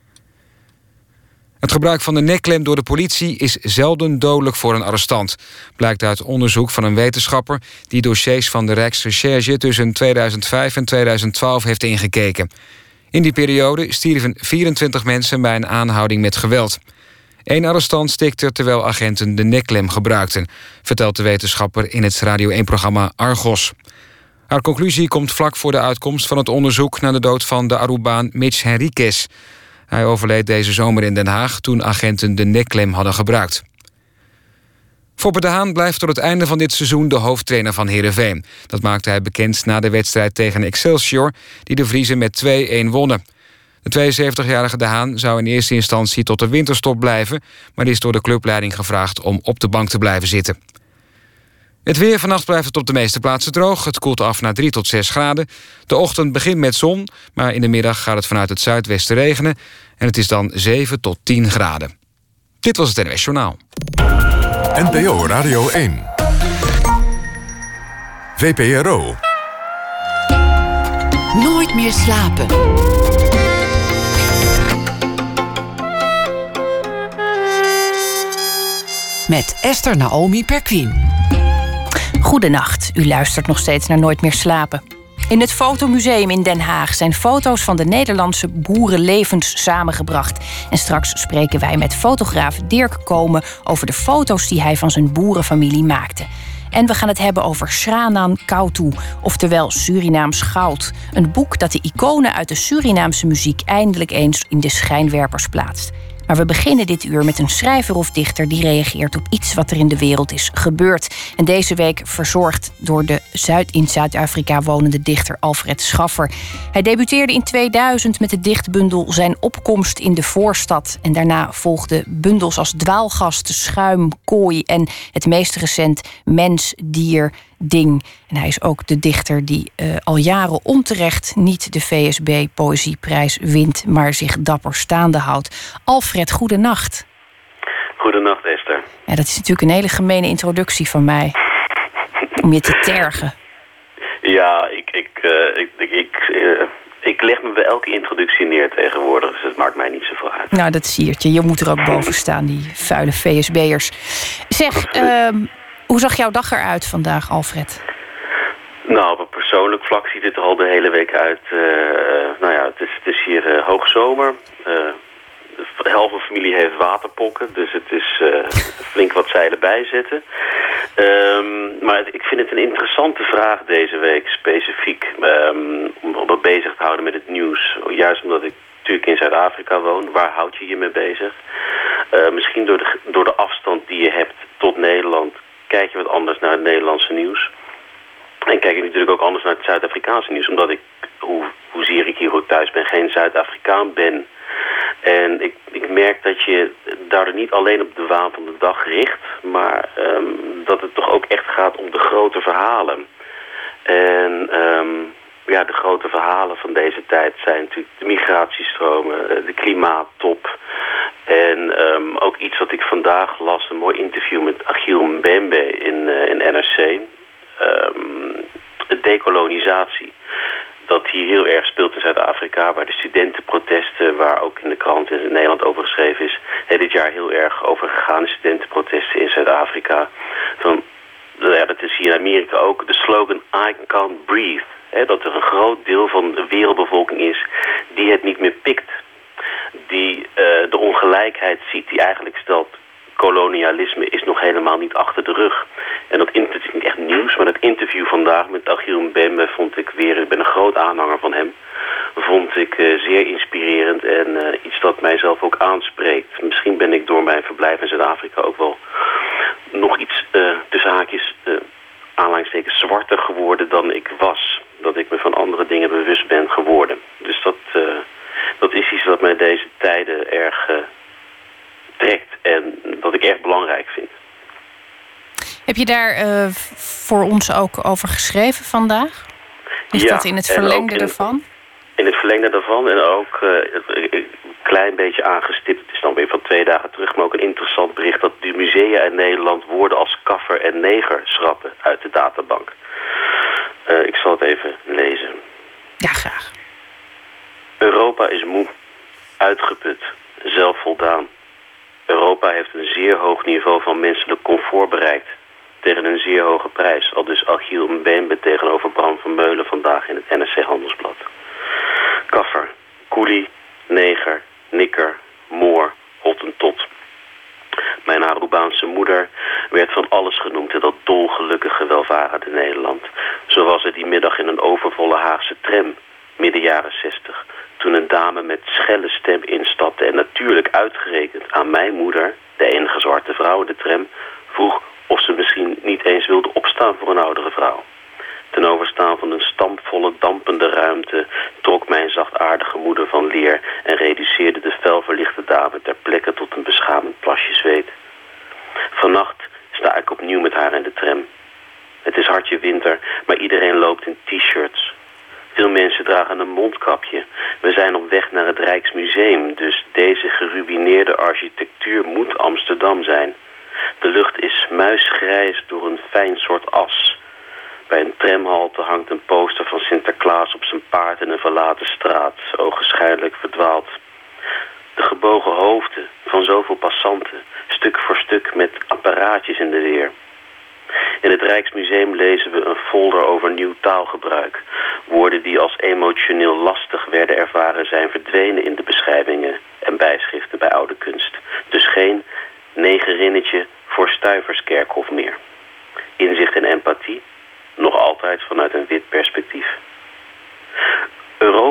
Speaker 4: Het gebruik van de nekklem door de politie is zelden dodelijk voor een arrestant. Blijkt uit onderzoek van een wetenschapper die dossiers van de Rijksrecherche tussen tweeduizend vijf en tweeduizend twaalf heeft ingekeken. In die periode stierven vierentwintig mensen bij een aanhouding met geweld. Eén arrestant stikte terwijl agenten de nekklem gebruikten, vertelt de wetenschapper in het Radio één-programma Argos. Haar conclusie komt vlak voor de uitkomst van het onderzoek naar de dood van de Arubaan Mitch Henriquez. Hij overleed deze zomer in Den Haag toen agenten de nekklem hadden gebruikt. Foppe de Haan blijft tot het einde van dit seizoen de hoofdtrainer van Heerenveen. Dat maakte hij bekend na de wedstrijd tegen Excelsior, die de Vriezen met twee-een wonnen. De tweeënzeventigjarige De Haan zou in eerste instantie tot de winterstop blijven, maar is door de clubleiding gevraagd om op de bank te blijven zitten. Het weer: vannacht blijft het op de meeste plaatsen droog. Het koelt af naar drie tot zes graden. De ochtend begint met zon, maar in de middag gaat het vanuit het zuidwesten regenen. En het is dan zeven tot tien graden. Dit was het N O S Journaal.
Speaker 1: N P O Radio één. V P R O.
Speaker 5: Nooit meer slapen. Met Esther Naomi Perquin.
Speaker 2: Goedenacht, u luistert nog steeds naar Nooit meer slapen. In het Fotomuseum in Den Haag zijn foto's van de Nederlandse boerenlevens samengebracht. En straks spreken wij met fotograaf Dirk Komen over de foto's die hij van zijn boerenfamilie maakte. En we gaan het hebben over Sranan Koutou, oftewel Surinaams goud. Een boek dat de iconen uit de Surinaamse muziek eindelijk eens in de schijnwerpers plaatst. Maar we beginnen dit uur met een schrijver of dichter die reageert op iets wat er in de wereld is gebeurd. En deze week verzorgd door de Zuid in Zuid-Afrika wonende dichter Alfred Schaffer. Hij debuteerde in tweeduizend met de dichtbundel Zijn opkomst in de voorstad. En daarna volgden bundels als Dwaalgast, Schuim, Kooi en het meest recent Mens, Dier, Ding. En hij is ook de dichter die uh, al jaren onterecht niet de V S B Poëzieprijs wint, maar zich dapper staande houdt. Alfred, goedenacht.
Speaker 6: Goedenacht, Esther.
Speaker 2: Ja, dat is natuurlijk een hele gemene introductie van mij. Om je te tergen.
Speaker 6: Ja, ik, ik, uh, ik, ik, ik, uh, ik leg me bij elke introductie neer tegenwoordig, dus het maakt mij niet zoveel uit.
Speaker 2: Nou, dat siert je. Je moet er ook boven staan, die vuile V S B'ers. Zeg, uh, hoe zag jouw dag eruit vandaag, Alfred?
Speaker 6: Nou, op een persoonlijk vlak ziet het er al de hele week uit. Uh, nou ja, het is, het is hier uh, hoogzomer. Uh, de helft van de familie heeft waterpokken, dus het is uh, flink wat zeilen bijzetten. Um, maar het, ik vind het een interessante vraag deze week, specifiek. Um, om, om me bezig te houden met het nieuws. Juist omdat ik natuurlijk in Zuid-Afrika woon. Waar houd je je mee bezig? Uh, misschien door de, door de afstand die je hebt tot Nederland, kijk je wat anders naar het Nederlandse nieuws. En kijk ik natuurlijk ook anders naar het Zuid-Afrikaanse nieuws. Omdat ik, hoe, hoezeer ik hier ook thuis ben, geen Zuid-Afrikaan ben. En ik, ik merk dat je daar niet alleen op de waan van de dag richt. Maar um, dat het toch ook echt gaat om de grote verhalen. En um, ja, de grote verhalen van deze tijd zijn natuurlijk de migratiestromen, de klimaattop. En um, ook iets wat ik vandaag las, een mooi interview met Achille Mbembe in, uh, in N R C. Um, dekolonisatie. Dat hier heel erg speelt in Zuid-Afrika, waar de studentenprotesten, waar ook in de krant in Nederland over geschreven is, hè, dit jaar heel erg over gegaan, de studentenprotesten in Zuid-Afrika. Van, ja, dat is hier in Amerika ook de slogan I can't breathe. Hè, dat er een groot deel van de wereldbevolking is die het niet meer pikt. Die uh, de ongelijkheid ziet, die eigenlijk stelt, kolonialisme is nog helemaal niet achter de rug. En dat het is niet echt nieuws, maar dat interview vandaag met Achille Mbembe vond ik weer, ik ben een groot aanhanger van hem, vond ik uh, zeer inspirerend en uh, iets dat mijzelf ook aanspreekt. Misschien ben ik door mijn verblijf in Zuid-Afrika ook wel nog iets uh, tussen haakjes uh, aanleidingstekens zwarter geworden dan ik was. Dat ik me van andere dingen bewust ben geworden. Dus dat, uh, dat is iets wat mij deze tijden erg uh, trekt en dat ik erg belangrijk vind.
Speaker 2: Heb je daar uh, voor ons ook over geschreven vandaag? Is
Speaker 6: ja,
Speaker 2: dat in het verlengde
Speaker 6: in,
Speaker 2: ervan?
Speaker 6: In het verlengde daarvan en ook uh, een klein beetje aangestipt. Het is dan weer van twee dagen terug, maar ook een interessant bericht dat de musea in Nederland woorden als kaffer en neger schrappen uit de databank. Uh, ik zal het even lezen.
Speaker 2: Ja, graag.
Speaker 6: Europa is moe, uitgeput, zelfvoldaan. Europa heeft een zeer hoog niveau van menselijk comfort bereikt, tegen een zeer hoge prijs. Al dus Achille Mbembe tegenover Bram van Meulen vandaag in het N R C Handelsblad. Kaffer, koelie, neger, nikker, moor, hottentot. Mijn Arubaanse moeder werd van alles genoemd in dat dolgelukkige welvarende Nederland. Zo was er die middag in een overvolle Haagse tram, midden jaren zestig, toen een dame met schelle stem instapte en natuurlijk uitgerekend aan mijn moeder, de enige zwarte vrouw in de tram, vroeg of ze misschien niet eens wilde opstaan voor een oudere vrouw. Ten overstaan van een stampvolle, dampende ruimte trok mijn zachtaardige moeder van leer en reduceerde de felverlichte dame ter plekke tot een beschamend plasje zweet. Vannacht sta ik opnieuw met haar in de tram. Het is hartje winter, maar iedereen loopt in t-shirts. Veel mensen dragen een mondkapje. We zijn op weg naar het Rijksmuseum, dus deze geruïneerde architectuur moet Amsterdam zijn. De lucht is muisgrijs door een fijn soort as. Bij een tramhalte hangt een poster van Sinterklaas op zijn paard in een verlaten straat, ogenschijnlijk verdwaald. De gebogen hoofden van zoveel passanten, stuk voor stuk met apparaatjes in de weer. In het Rijksmuseum lezen we een folder over nieuw taalgebruik. Woorden die als emotioneel lastig werden ervaren zijn verdwenen in de beschrijvingen en bijschriften bij oude kunst. Dus geen negerinnetje voor Stuyverskerkhof meer. Inzicht en empathie, nog altijd vanuit een wit perspectief. Europa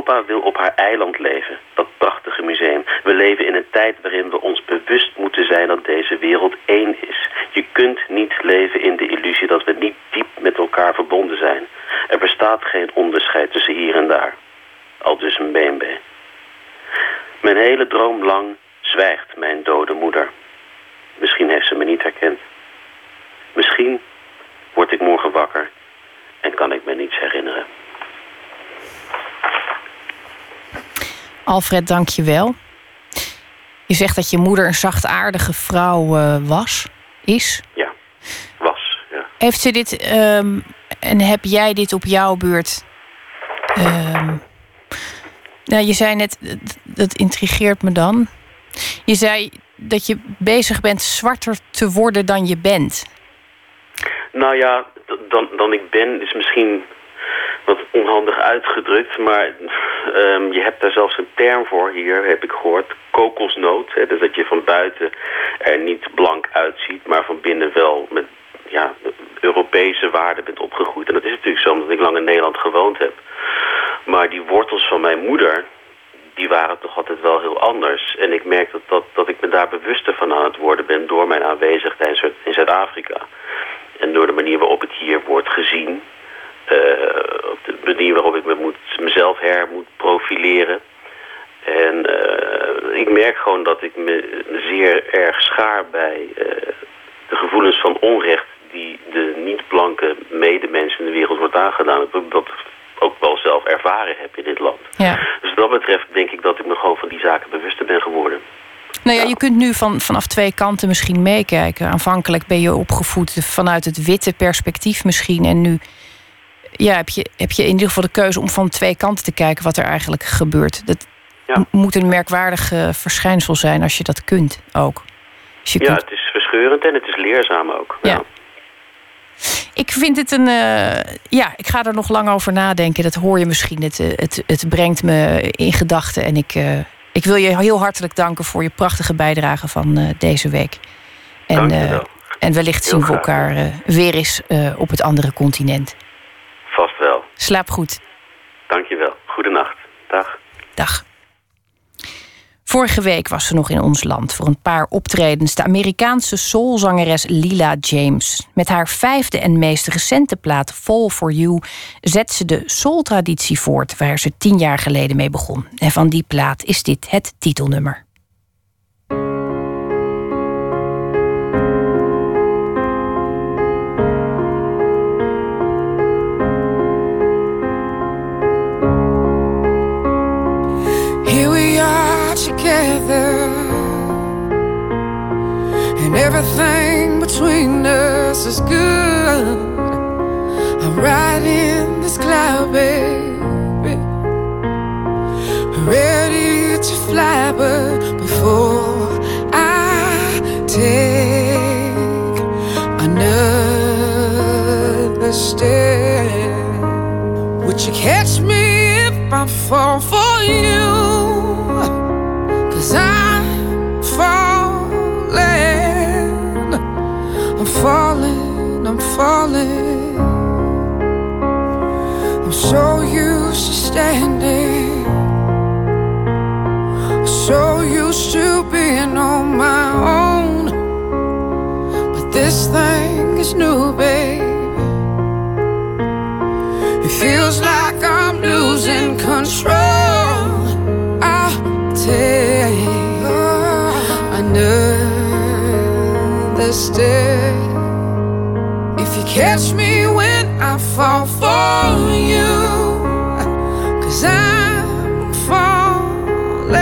Speaker 6: Europa wil op haar eiland leven, dat prachtige museum. We leven in een tijd waarin we ons bewust moeten zijn dat deze wereld één is. Je kunt niet leven in de illusie dat we niet diep met elkaar verbonden zijn. Er bestaat geen onderscheid tussen hier en daar. Aldus een B en B. Mijn hele droom lang zwijgt mijn dode moeder. Misschien heeft ze me niet herkend. Misschien word ik morgen wakker en kan ik me niets herinneren.
Speaker 2: Alfred, dank je wel. Je zegt dat je moeder een zachtaardige vrouw uh, was, is.
Speaker 6: Ja, was, ja.
Speaker 2: Heeft ze dit, um, en heb jij dit op jouw beurt... Um, nou, je zei net, dat intrigeert me dan. Je zei dat je bezig bent zwarter te worden dan je bent.
Speaker 6: Nou ja, dan, dan ik ben is misschien wat onhandig uitgedrukt, maar um, je hebt daar zelfs een term voor hier, heb ik gehoord, kokosnoot. Hè, dus dat je van buiten er niet blank uitziet, maar van binnen wel met ja, Europese waarden bent opgegroeid. En dat is natuurlijk zo, omdat ik lang in Nederland gewoond heb. Maar die wortels van mijn moeder, die waren toch altijd wel heel anders. En ik merk dat, dat, dat ik me daar bewuster van aan het worden ben door mijn aanwezigheid in Zuid-Afrika. En door de manier waarop het hier wordt gezien. Uh, op de manier waarop ik me moet, mezelf her moet profileren. En uh, ik merk gewoon dat ik me zeer erg schaar bij uh, de gevoelens van onrecht die de niet-blanke medemensen in de wereld wordt aangedaan. Dat ik dat ook wel zelf ervaren heb in dit land.
Speaker 2: Ja.
Speaker 6: Dus wat dat betreft denk ik dat ik me gewoon van die zaken bewuster ben geworden.
Speaker 2: Nou ja, je kunt nu van, vanaf twee kanten misschien meekijken. Aanvankelijk ben je opgevoed vanuit het witte perspectief misschien. En nu ja, heb, je, heb je in ieder geval de keuze om van twee kanten te kijken wat er eigenlijk gebeurt. Dat ja. m- moet een merkwaardig uh, verschijnsel zijn als je dat kunt ook. Dus je
Speaker 6: ja,
Speaker 2: kunt...
Speaker 6: het is verscheurend en het is leerzaam ook.
Speaker 2: Ja.
Speaker 6: Ja.
Speaker 2: Ik vind het een... Uh, ja, ik ga er nog lang over nadenken. Dat hoor je misschien. Het, het, het brengt me in gedachten. En ik, uh, ik wil je heel hartelijk danken voor je prachtige bijdrage van uh, deze week. En,
Speaker 6: Dank je wel.
Speaker 2: Uh, en wellicht
Speaker 6: Heel
Speaker 2: zien we
Speaker 6: graag.
Speaker 2: elkaar uh, weer eens uh, op het andere continent.
Speaker 6: Vast wel.
Speaker 2: Slaap goed.
Speaker 6: Dank je wel. Goedenacht. Dag.
Speaker 2: Dag. Vorige week was ze nog in ons land voor een paar optredens. De Amerikaanse soulzangeres Lila James. Met haar vijfde en meest recente plaat Fall For You zet ze de soultraditie voort waar ze tien jaar geleden mee begon. En van die plaat is dit het titelnummer.
Speaker 7: Here we are together, and everything between us is good. I'm riding this cloud, baby, ready to fly, but before I take another step, would you catch me if I fall for you? 'Cause I'm falling, I'm falling, I'm falling. I'm so used to standing, so used to being on my own. But this thing is new, babe. It feels like I'm losing control. I'll take another step. If you catch me when I fall for you, 'cause I'm falling,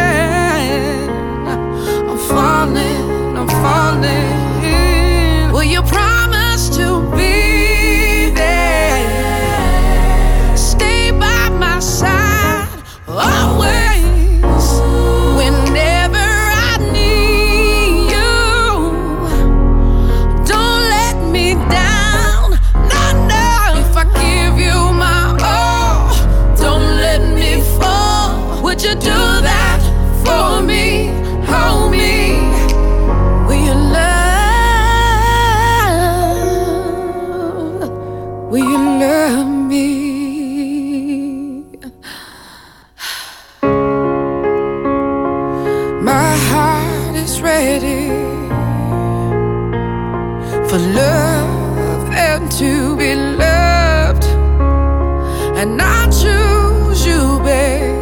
Speaker 7: I'm falling, I'm falling. Will you promise to be there, stay by my side always, whenever I need you? Don't let me down, no, no. If I give you my all, don't let me fall. Would you do that for me? Hold me. Will you love for love and to be loved. And I choose you, babe.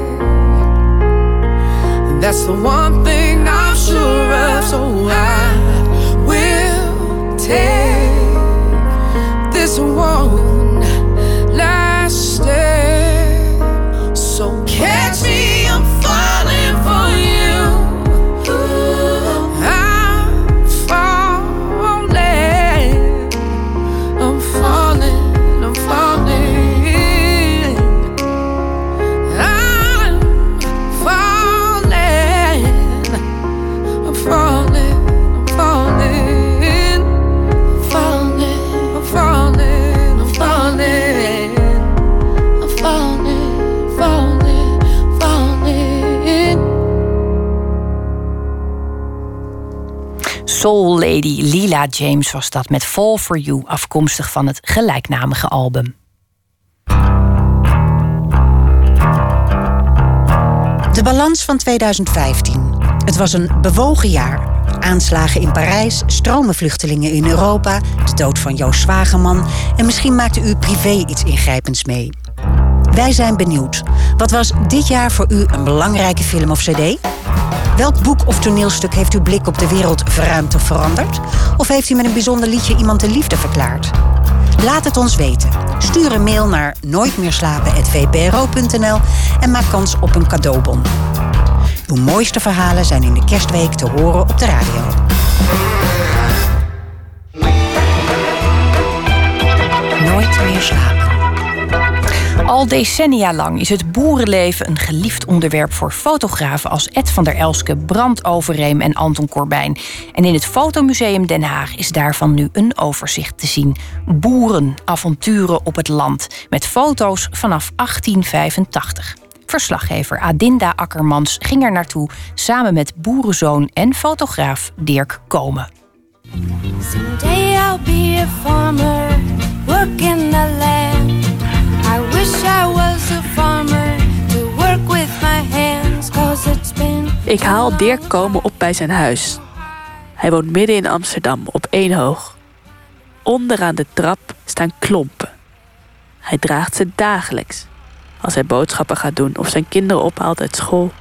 Speaker 7: That's the one thing I'm sure of. So I will take this one last step. So catch me, I'm falling for you. I'm falling, I'm falling, I'm falling. I'm falling, I'm falling, I'm falling, falling, I'm falling, I'm falling, I'm falling, falling, falling.
Speaker 2: Soul Lady Lila James was dat met Fall For You, afkomstig van het gelijknamige album.
Speaker 8: De balans van tweeduizend vijftien. Het was een bewogen jaar. Aanslagen in Parijs, stromen vluchtelingen in Europa, de dood van Joost Zwageman en misschien maakte u privé iets ingrijpends mee. Wij zijn benieuwd. Wat was dit jaar voor u een belangrijke film of cd? Welk boek of toneelstuk heeft uw blik op de wereld verruimd of veranderd? Of heeft u met een bijzonder liedje iemand de liefde verklaard? Laat het ons weten. Stuur een mail naar nooitmeerslapen apenstaartje v p r o punt n l en maak kans op een cadeaubon. Uw mooiste verhalen zijn in de kerstweek te horen op de radio. Nooit meer slapen.
Speaker 2: Al decennia lang is het boerenleven een geliefd onderwerp voor fotografen als Ed van der Elske, Brand Overeem en Anton Corbijn. En in het Fotomuseum Den Haag is daarvan nu een overzicht te zien. Boeren, avonturen op het land, met foto's vanaf achttien vijfentachtig. Verslaggever Adinda Akkermans ging er naartoe samen met boerenzoon en fotograaf Dirk Komen.
Speaker 9: Someday I'll be a farmer, working the land. I wish I was a farmer to work with my hands, 'cause it's been...
Speaker 10: Ik haal Dirk Komen op bij zijn huis. Hij woont midden in Amsterdam, op één hoog. Onderaan de trap staan klompen. Hij draagt ze dagelijks, als hij boodschappen gaat doen of zijn kinderen ophaalt uit school.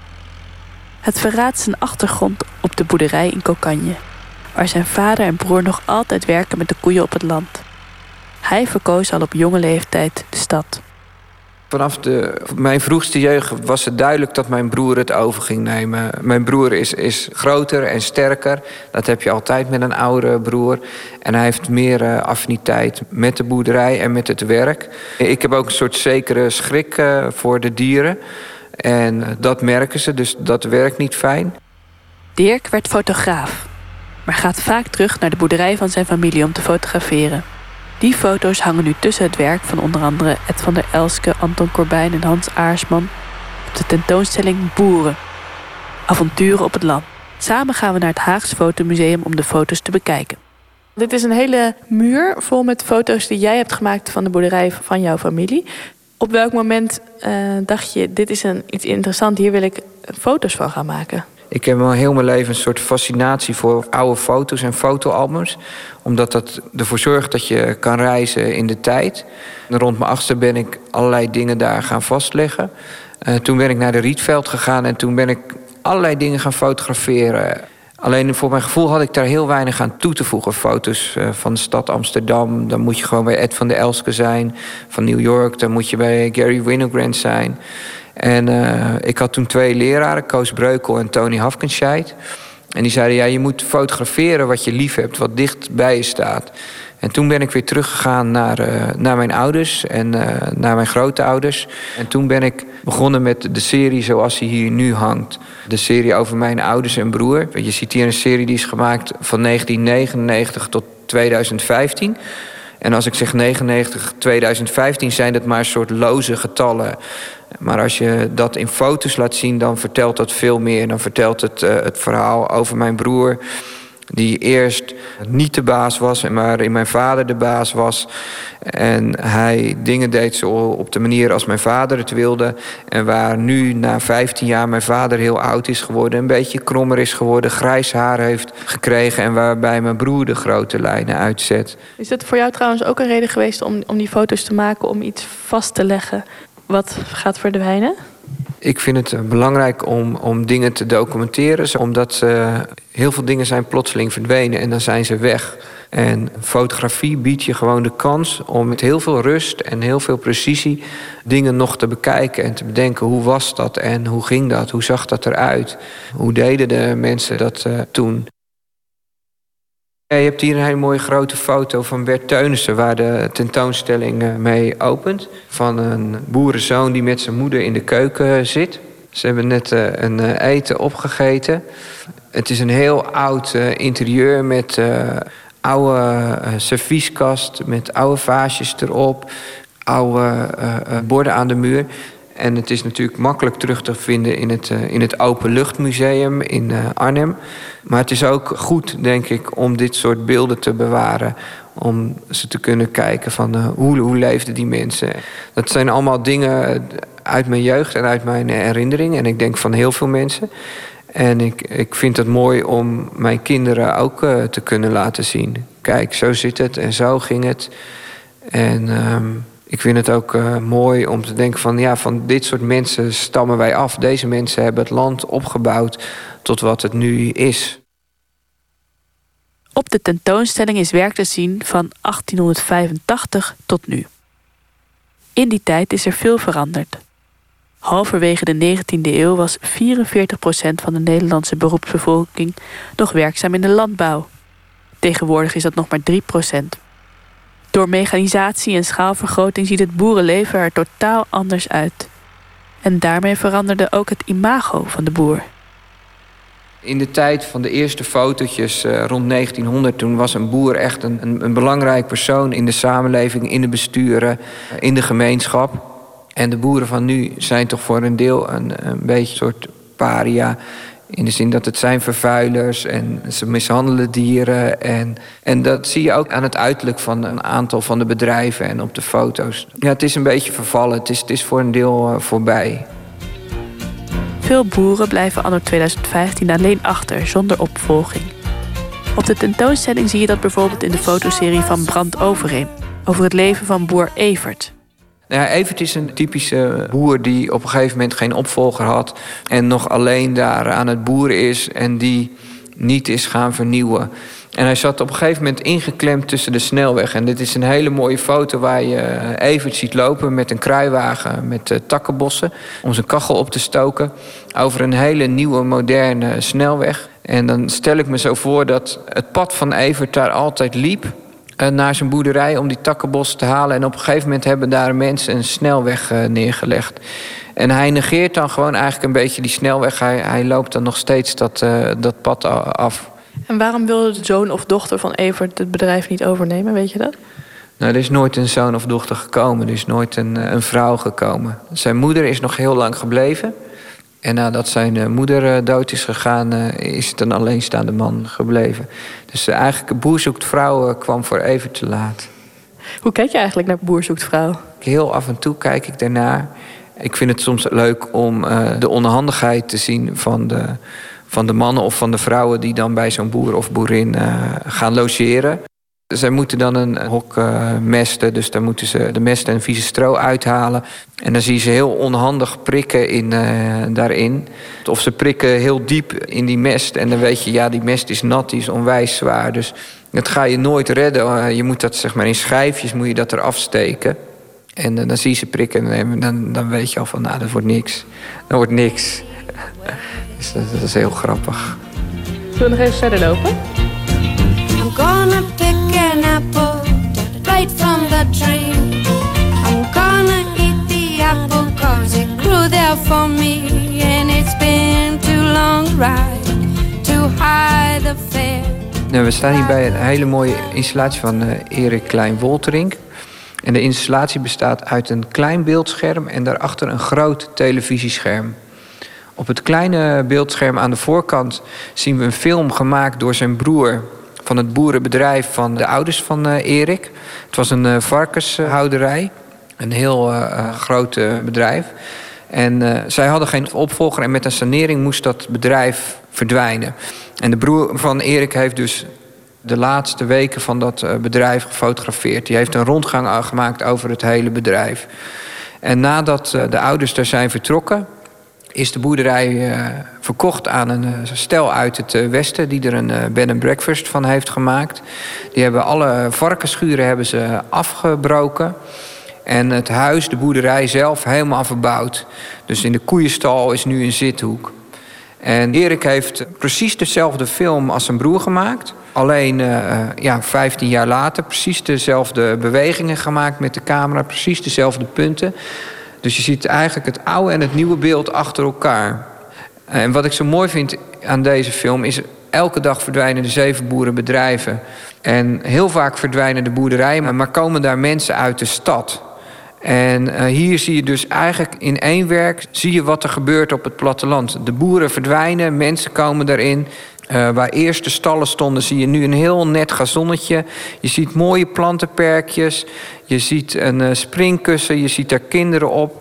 Speaker 10: Het verraadt zijn achtergrond op de boerderij in Kokanje, waar zijn vader en broer nog altijd werken met de koeien op het land. Hij verkoos al op jonge leeftijd de stad.
Speaker 11: Vanaf de, mijn vroegste jeugd was het duidelijk dat mijn broer het over ging nemen. Mijn broer is, is groter en sterker. Dat heb je altijd met een oudere broer. En hij heeft meer uh, affiniteit met de boerderij en met het werk. Ik heb ook een soort zekere schrik uh, voor de dieren. En uh, dat merken ze, dus dat werkt niet fijn.
Speaker 10: Dirk werd fotograaf, maar gaat vaak terug naar de boerderij van zijn familie om te fotograferen. Die foto's hangen nu tussen het werk van onder andere Ed van der Elske, Anton Corbijn en Hans Aarsman op de tentoonstelling Boeren. Avonturen op het land. Samen gaan we naar het Haags Fotomuseum om de foto's te bekijken. Dit is een hele muur vol met foto's die jij hebt gemaakt van de boerderij van jouw familie. Op welk moment uh, dacht je, dit is een, iets interessants, hier wil ik foto's van gaan maken?
Speaker 11: Ik heb al heel mijn leven een soort fascinatie voor oude foto's en fotoalbums. Omdat dat ervoor zorgt dat je kan reizen in de tijd. En rond mijn achtste ben ik allerlei dingen daar gaan vastleggen. Uh, toen ben ik naar de Rietveld gegaan en toen ben ik allerlei dingen gaan fotograferen. Alleen voor mijn gevoel had ik daar heel weinig aan toe te voegen. Foto's uh, van de stad Amsterdam, dan moet je gewoon bij Ed van der Elske zijn. Van New York, dan moet je bij Gary Winogrand zijn. En uh, ik had toen twee leraren, Koos Breukel en Tony Hafkenscheid. En die zeiden, ja, je moet fotograferen wat je lief hebt, wat dicht bij je staat. En toen ben ik weer teruggegaan naar, uh, naar mijn ouders en uh, naar mijn grootouders. En toen ben ik begonnen met de serie zoals die hier nu hangt. De serie over mijn ouders en broer. Je ziet hier een serie die is gemaakt van negentien negenennegentig tot tweeduizend vijftien. En als ik zeg negenennegentig, tweeduizend vijftien zijn dat maar een soort loze getallen. Maar als je dat in foto's laat zien, dan vertelt dat veel meer. Dan vertelt het uh, het verhaal over mijn broer. Die eerst niet de baas was, en waarin mijn vader de baas was. En hij dingen deed zo op de manier als mijn vader het wilde. En waar nu na vijftien jaar mijn vader heel oud is geworden, een beetje krommer is geworden, grijs haar heeft gekregen. En waarbij mijn broer de grote lijnen uitzet.
Speaker 10: Is dat voor jou trouwens ook een reden geweest om, om die foto's te maken, om iets vast te leggen wat gaat verdwijnen?
Speaker 11: Ik vind het belangrijk om, om dingen te documenteren, omdat uh, heel veel dingen zijn plotseling verdwenen en dan zijn ze weg. En fotografie biedt je gewoon de kans om met heel veel rust en heel veel precisie dingen nog te bekijken en te bedenken hoe was dat en hoe ging dat, hoe zag dat eruit, hoe deden de mensen dat uh, toen. Je hebt hier een hele mooie grote foto van Bert Teunissen, waar de tentoonstelling mee opent. Van een boerenzoon die met zijn moeder in de keuken zit. Ze hebben net een eten opgegeten. Het is een heel oud interieur met uh, oude servieskast, met oude vaasjes erop, oude uh, borden aan de muur. En het is natuurlijk makkelijk terug te vinden in het, uh, in het Openluchtmuseum in uh, Arnhem. Maar het is ook goed, denk ik, om dit soort beelden te bewaren. Om ze te kunnen kijken van uh, hoe, hoe leefden die mensen. Dat zijn allemaal dingen uit mijn jeugd en uit mijn herinnering. En ik denk van heel veel mensen. En ik, ik vind het mooi om mijn kinderen ook uh, te kunnen laten zien. Kijk, zo zit het en zo ging het. En... Um, Ik vind het ook uh, mooi om te denken van, ja, van dit soort mensen stammen wij af. Deze mensen hebben het land opgebouwd tot wat het nu is.
Speaker 10: Op de tentoonstelling is werk te zien van achttienhonderdvijfentachtig tot nu. In die tijd is er veel veranderd. Halverwege de negentiende eeuw was vierenveertig procent van de Nederlandse beroepsbevolking nog werkzaam in de landbouw. Tegenwoordig is dat nog maar drie procent. Door mechanisatie en schaalvergroting ziet het boerenleven er totaal anders uit. En daarmee veranderde ook het imago van de boer.
Speaker 11: In de tijd van de eerste fotootjes uh, rond negentienhonderd... toen was een boer echt een, een, een belangrijk persoon in de samenleving, in de besturen, in de gemeenschap. En de boeren van nu zijn toch voor een deel een, een beetje een soort paria. In de zin dat het zijn vervuilers en ze mishandelen dieren. En, en dat zie je ook aan het uiterlijk van een aantal van de bedrijven en op de foto's. Ja, het is een beetje vervallen. Het is, het is voor een deel uh, voorbij.
Speaker 10: Veel boeren blijven anno tweeduizend vijftien alleen achter, zonder opvolging. Op de tentoonstelling zie je dat bijvoorbeeld in de fotoserie van Brand Overeem, over het leven van boer Evert.
Speaker 11: Nou ja, Evert is een typische boer die op een gegeven moment geen opvolger had en nog alleen daar aan het boeren is en die niet is gaan vernieuwen. En hij zat op een gegeven moment ingeklemd tussen de snelweg. En dit is een hele mooie foto waar je Evert ziet lopen met een kruiwagen met uh, takkenbossen om zijn kachel op te stoken over een hele nieuwe moderne snelweg. En dan stel ik me zo voor dat het pad van Evert daar altijd liep naar zijn boerderij om die takkenbossen te halen. En op een gegeven moment hebben daar mensen een snelweg uh, neergelegd. En hij negeert dan gewoon eigenlijk een beetje die snelweg. Hij, hij loopt dan nog steeds dat, uh, dat pad af.
Speaker 10: En waarom wilde de zoon of dochter van Evert het bedrijf niet overnemen, weet je dat?
Speaker 11: Nou, er is nooit een zoon of dochter gekomen. Er is nooit een, een vrouw gekomen. Zijn moeder is nog heel lang gebleven. En nadat zijn moeder dood is gegaan, is het een alleenstaande man gebleven. Dus eigenlijk Boer zoekt vrouw kwam voor even te laat.
Speaker 10: Hoe kijk je eigenlijk naar Boer zoekt vrouw?
Speaker 11: Heel af en toe kijk ik daarnaar. Ik vind het soms leuk om uh, de onhandigheid te zien van de, van de mannen of van de vrouwen die dan bij zo'n boer of boerin uh, gaan logeren. Zij moeten dan een hok uh, mesten, dus dan moeten ze de mest en vieze stro uithalen. En dan zie je ze heel onhandig prikken in, uh, daarin. Of ze prikken heel diep in die mest en dan weet je, ja, die mest is nat, die is onwijs zwaar. Dus dat ga je nooit redden. Uh, je moet dat zeg maar in schijfjes moet je dat eraf steken. En uh, dan zie je ze prikken en dan, dan weet je al van, nou, dat wordt niks. Dat wordt niks. Dus dat, dat is heel grappig.
Speaker 10: Zullen we nog even verder lopen?
Speaker 9: I'm gonna pick an apple right from the tree. I'm gonna eat the apple cause it grew there for me. And it's been too long ride to hide the fair.
Speaker 11: Nou, we staan hier bij een hele mooie installatie van uh, Erik Klein-Wolterink. En de installatie bestaat uit een klein beeldscherm en daarachter een groot televisiescherm. Op het kleine beeldscherm aan de voorkant zien we een film gemaakt door zijn broer van het boerenbedrijf van de ouders van uh, Erik. Het was een uh, varkenshouderij, een heel uh, groot uh, bedrijf. En uh, zij hadden geen opvolger en met een sanering moest dat bedrijf verdwijnen. En de broer van Erik heeft dus de laatste weken van dat uh, bedrijf gefotografeerd. Die heeft een rondgang gemaakt over het hele bedrijf. En nadat uh, de ouders daar zijn vertrokken, is de boerderij uh, verkocht aan een uh, stel uit het uh, westen die er een uh, bed and breakfast van heeft gemaakt. Die hebben alle varkensschuren hebben ze afgebroken. En het huis, de boerderij zelf, helemaal verbouwd. Dus in de koeienstal is nu een zithoek. En Erik heeft precies dezelfde film als zijn broer gemaakt. Alleen uh, ja, vijftien jaar later precies dezelfde bewegingen gemaakt met de camera. Precies dezelfde punten. Dus je ziet eigenlijk het oude en het nieuwe beeld achter elkaar. En wat ik zo mooi vind aan deze film is, elke dag verdwijnen er zeven boerenbedrijven. En heel vaak verdwijnen de boerderijen, maar komen daar mensen uit de stad. En uh, hier zie je dus eigenlijk in één werk zie je wat er gebeurt op het platteland. De boeren verdwijnen, mensen komen daarin. Uh, waar eerst de stallen stonden, zie je nu een heel net gazonnetje. Je ziet mooie plantenperkjes. Je ziet een uh, springkussen. Je ziet daar kinderen op.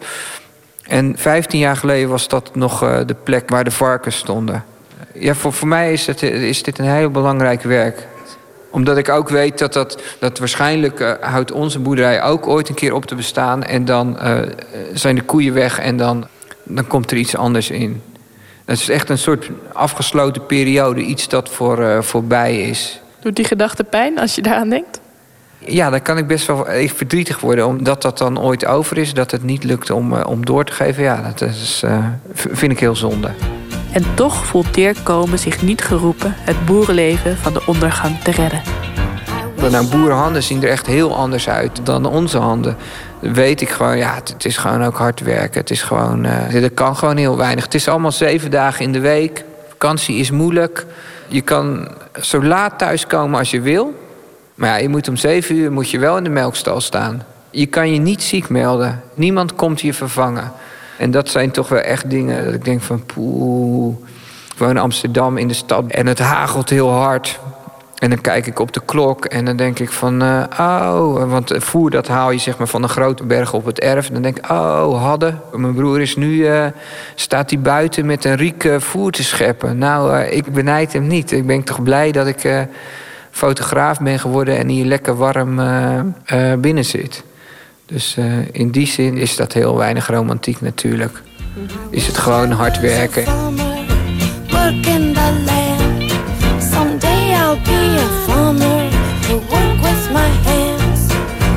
Speaker 11: En vijftien jaar geleden was dat nog uh, de plek waar de varkens stonden. Ja, voor, voor mij is, het, is dit een heel belangrijk werk. Omdat ik ook weet dat, dat, dat waarschijnlijk uh, houdt onze boerderij ook ooit een keer op te bestaan. En dan uh, zijn de koeien weg en dan, dan komt er iets anders in. Het is echt een soort afgesloten periode. Iets dat voor, uh, voorbij is.
Speaker 10: Doet die gedachte pijn als je daaraan denkt?
Speaker 11: Ja, dan kan ik best wel even verdrietig worden. Omdat dat dan ooit over is. Dat het niet lukt om, uh, om door te geven. Ja, dat is, uh, vind ik heel zonde.
Speaker 10: En toch voelt Dirk Komen zich niet geroepen het boerenleven van de ondergang te redden.
Speaker 11: Nou, boerenhanden zien er echt heel anders uit dan onze handen. Dan weet ik gewoon, ja, het is gewoon ook hard werken. Het is gewoon, uh, er kan gewoon heel weinig. Het is allemaal zeven dagen in de week. Vakantie is moeilijk. Je kan zo laat thuiskomen als je wil. Maar ja, je moet om zeven uur moet je wel in de melkstal staan. Je kan je niet ziek melden. Niemand komt je vervangen. En dat zijn toch wel echt dingen dat ik denk van, poeh. Ik woon in Amsterdam in de stad en het hagelt heel hard. En dan kijk ik op de klok en dan denk ik van, uh, oh, want voer dat haal je zeg maar van een grote berg op het erf. En dan denk ik, oh, Hadde, mijn broer is nu, uh, staat hij buiten met een riek uh, voer te scheppen. Nou, uh, ik benijd hem niet. Ik ben toch blij dat ik uh, fotograaf ben geworden en hier lekker warm uh, uh, binnen zit. Dus uh, in die zin is dat heel weinig romantiek natuurlijk. Is het gewoon hard werken.
Speaker 9: Someday I'll be a farmer to work with my hands.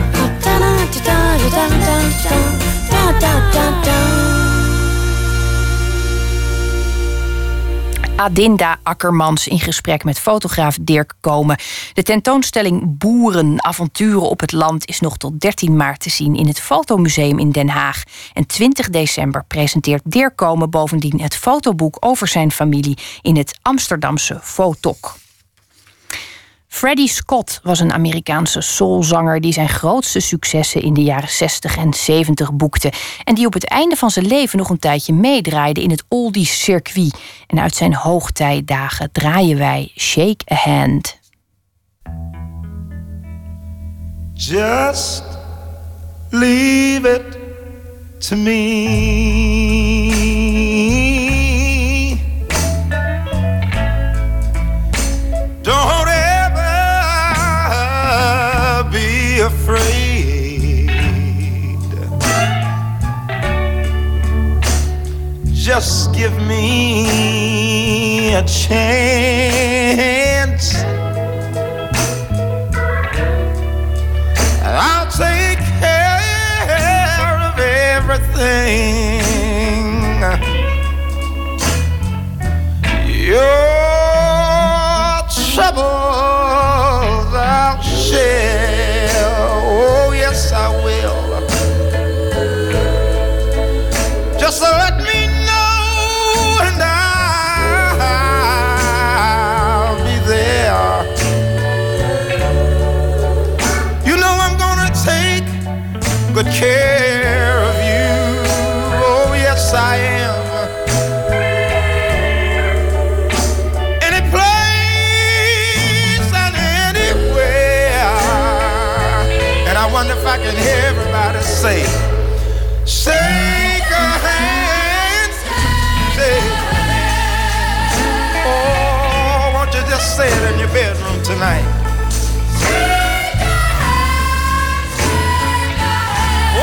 Speaker 2: Adinda Akkermans in gesprek met fotograaf Dirk Komen. De tentoonstelling Boeren, avonturen op het land is nog tot dertien maart te zien in het Fotomuseum in Den Haag. En twintig december presenteert Dirk Komen bovendien het fotoboek over zijn familie in het Amsterdamse Fotok. Freddie Scott was een Amerikaanse soulzanger die zijn grootste successen in de jaren zestig en zeventig boekte. En die op het einde van zijn leven nog een tijdje meedraaide in het oldies circuit. En uit zijn hoogtijdagen draaien wij Shake a Hand.
Speaker 12: Just leave it to me. Don't afraid. Just give me a chance. I'll take care of everything. Your troubles I'll share. Oh, yes, I will. Just let me know and I'll be there. You know I'm gonna take good care of you. Oh, yes, I am. wonder if I can hear everybody say, shake a hand, shake a hand. Oh, won't you just say it in your bedroom tonight? Shake a hand, shake a hand.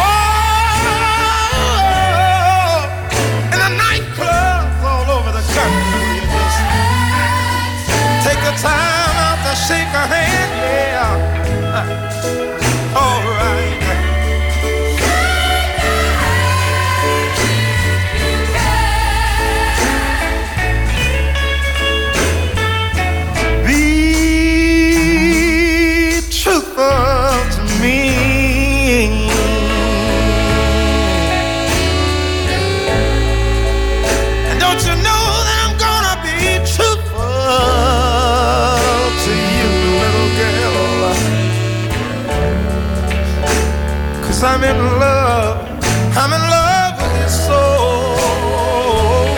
Speaker 12: Oh, in the nightclubs all over the country, you just take the time out to shake a hand, yeah. Uh, all right. To me, and don't you know that I'm gonna be truthful to you, little girl? 'Cause I'm in love, I'm in love with your soul.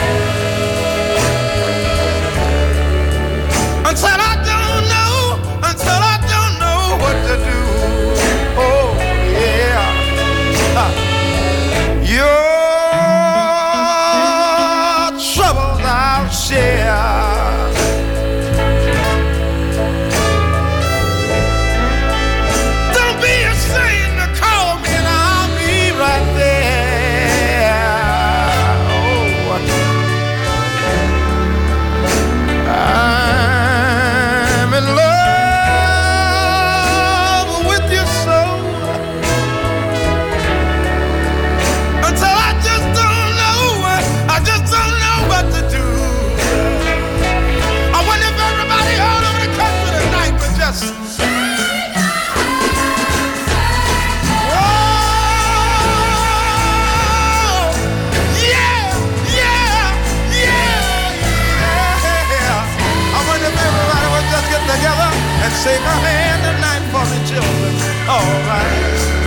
Speaker 12: Until I don't know, until I don't know what to do. Your troubles I'll share. Don't be ashamed to call me and I'll be right there. Oh, I'm in love with your soul. Shake a hand tonight for the children, all right.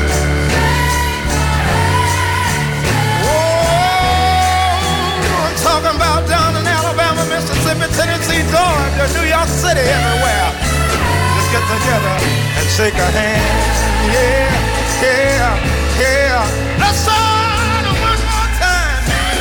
Speaker 12: Oh, I'm talking about down in Alabama, Mississippi, Tennessee, Georgia, New York City, everywhere. Just get together and shake a hand, yeah, yeah, yeah. Let's start one more time.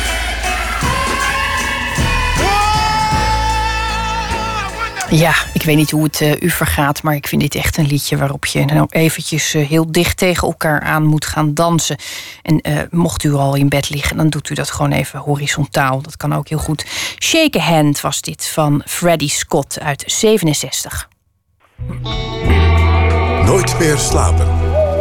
Speaker 2: Ja, ik weet niet hoe het uh, u vergaat, maar ik vind dit echt een liedje waarop je nou eventjes uh, heel dicht tegen elkaar aan moet gaan dansen. En uh, mocht u al in bed liggen, dan doet u dat gewoon even horizontaal. Dat kan ook heel goed. Shake a Hand was dit van Freddie Scott uit zevenenzestig.
Speaker 1: Nooit meer slapen.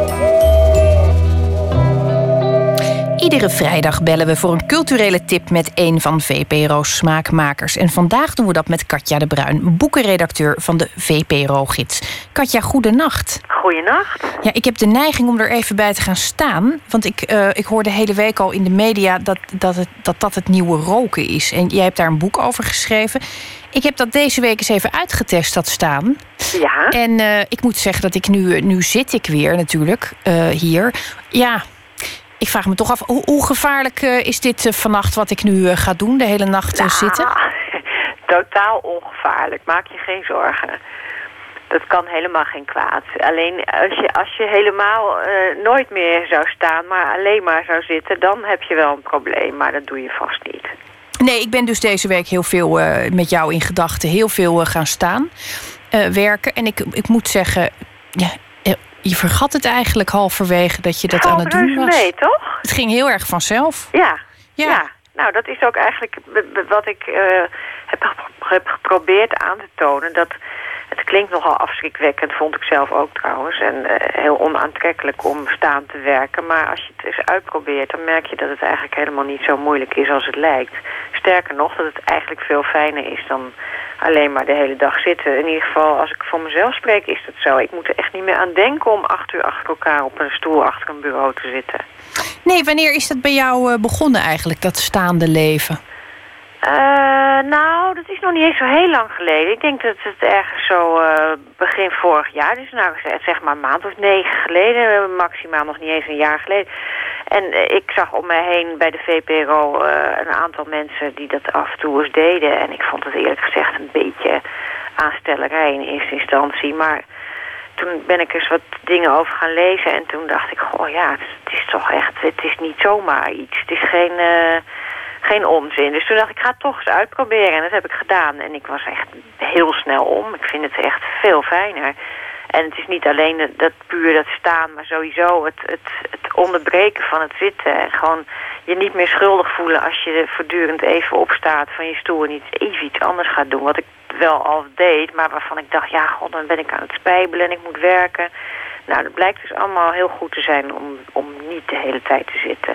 Speaker 2: Iedere vrijdag bellen we voor een culturele tip met een van V P R O's smaakmakers. En vandaag doen we dat met Katja de Bruin, boekenredacteur van de V P R O-gids. Katja, goedenacht.
Speaker 13: Goedenacht.
Speaker 2: Ja, ik heb de neiging om er even bij te gaan staan. Want ik, uh, ik hoor de hele week al in de media dat dat, het, dat dat het nieuwe roken is. En jij hebt daar een boek over geschreven. Ik heb dat deze week eens even uitgetest, dat staan.
Speaker 13: Ja.
Speaker 2: En uh, ik moet zeggen dat ik nu, nu zit ik weer natuurlijk uh, hier. Ja... Ik vraag me toch af, hoe, hoe gevaarlijk uh, is dit uh, vannacht wat ik nu uh, ga doen? De hele nacht uh,
Speaker 13: nou,
Speaker 2: zitten?
Speaker 13: Totaal ongevaarlijk. Maak je geen zorgen. Dat kan helemaal geen kwaad. Alleen als je, als je helemaal uh, nooit meer zou staan, maar alleen maar zou zitten, dan heb je wel een probleem. Maar dat doe je vast niet.
Speaker 2: Nee, ik ben dus deze week heel veel uh, met jou in gedachten heel veel uh, gaan staan. Uh, werken. En ik, ik moet zeggen... Ja, je vergat het eigenlijk halverwege dat je dat aan het doen was.
Speaker 13: Mee, toch?
Speaker 2: Het ging heel erg vanzelf.
Speaker 13: Ja,
Speaker 2: ja.
Speaker 13: ja. Nou, dat is ook eigenlijk wat ik uh, heb, heb geprobeerd aan te tonen. Dat het klinkt nogal afschrikwekkend, vond ik zelf ook trouwens. En uh, heel onaantrekkelijk om staan te werken. Maar als je het eens uitprobeert, dan merk je dat het eigenlijk helemaal niet zo moeilijk is als het lijkt. Sterker nog, dat het eigenlijk veel fijner is dan alleen maar de hele dag zitten. In ieder geval, als ik voor mezelf spreek, is dat zo. Ik moet er echt niet meer aan denken om acht uur achter elkaar op een stoel achter een bureau te zitten.
Speaker 2: Nee, wanneer is dat bij jou begonnen eigenlijk, dat staande leven?
Speaker 13: Uh, nou, dat is nog niet eens zo heel lang geleden. Ik denk dat het ergens zo uh, begin vorig jaar, dus nou zeg maar een maand of negen geleden, maximaal nog niet eens een jaar geleden. En uh, ik zag om mij heen bij de V P R O uh, een aantal mensen die dat af en toe eens deden. En ik vond het eerlijk gezegd een beetje aanstellerij in eerste instantie. Maar toen ben ik eens wat dingen over gaan lezen. En toen dacht ik, goh ja, het, het is toch echt, het is niet zomaar iets. Het is geen, uh, geen onzin. Dus toen dacht ik, ik ga het toch eens uitproberen. En dat heb ik gedaan. En ik was echt heel snel om. Ik vind het echt veel fijner. En het is niet alleen dat, dat puur dat staan, maar sowieso het, het, het onderbreken van het zitten. En gewoon je niet meer schuldig voelen als je voortdurend even opstaat van je stoel en iets, even iets anders gaat doen. Wat ik wel al deed, maar waarvan ik dacht, ja god, dan ben ik aan het spijbelen en ik moet werken. Nou, dat blijkt dus allemaal heel goed te zijn om, om niet de hele tijd te zitten.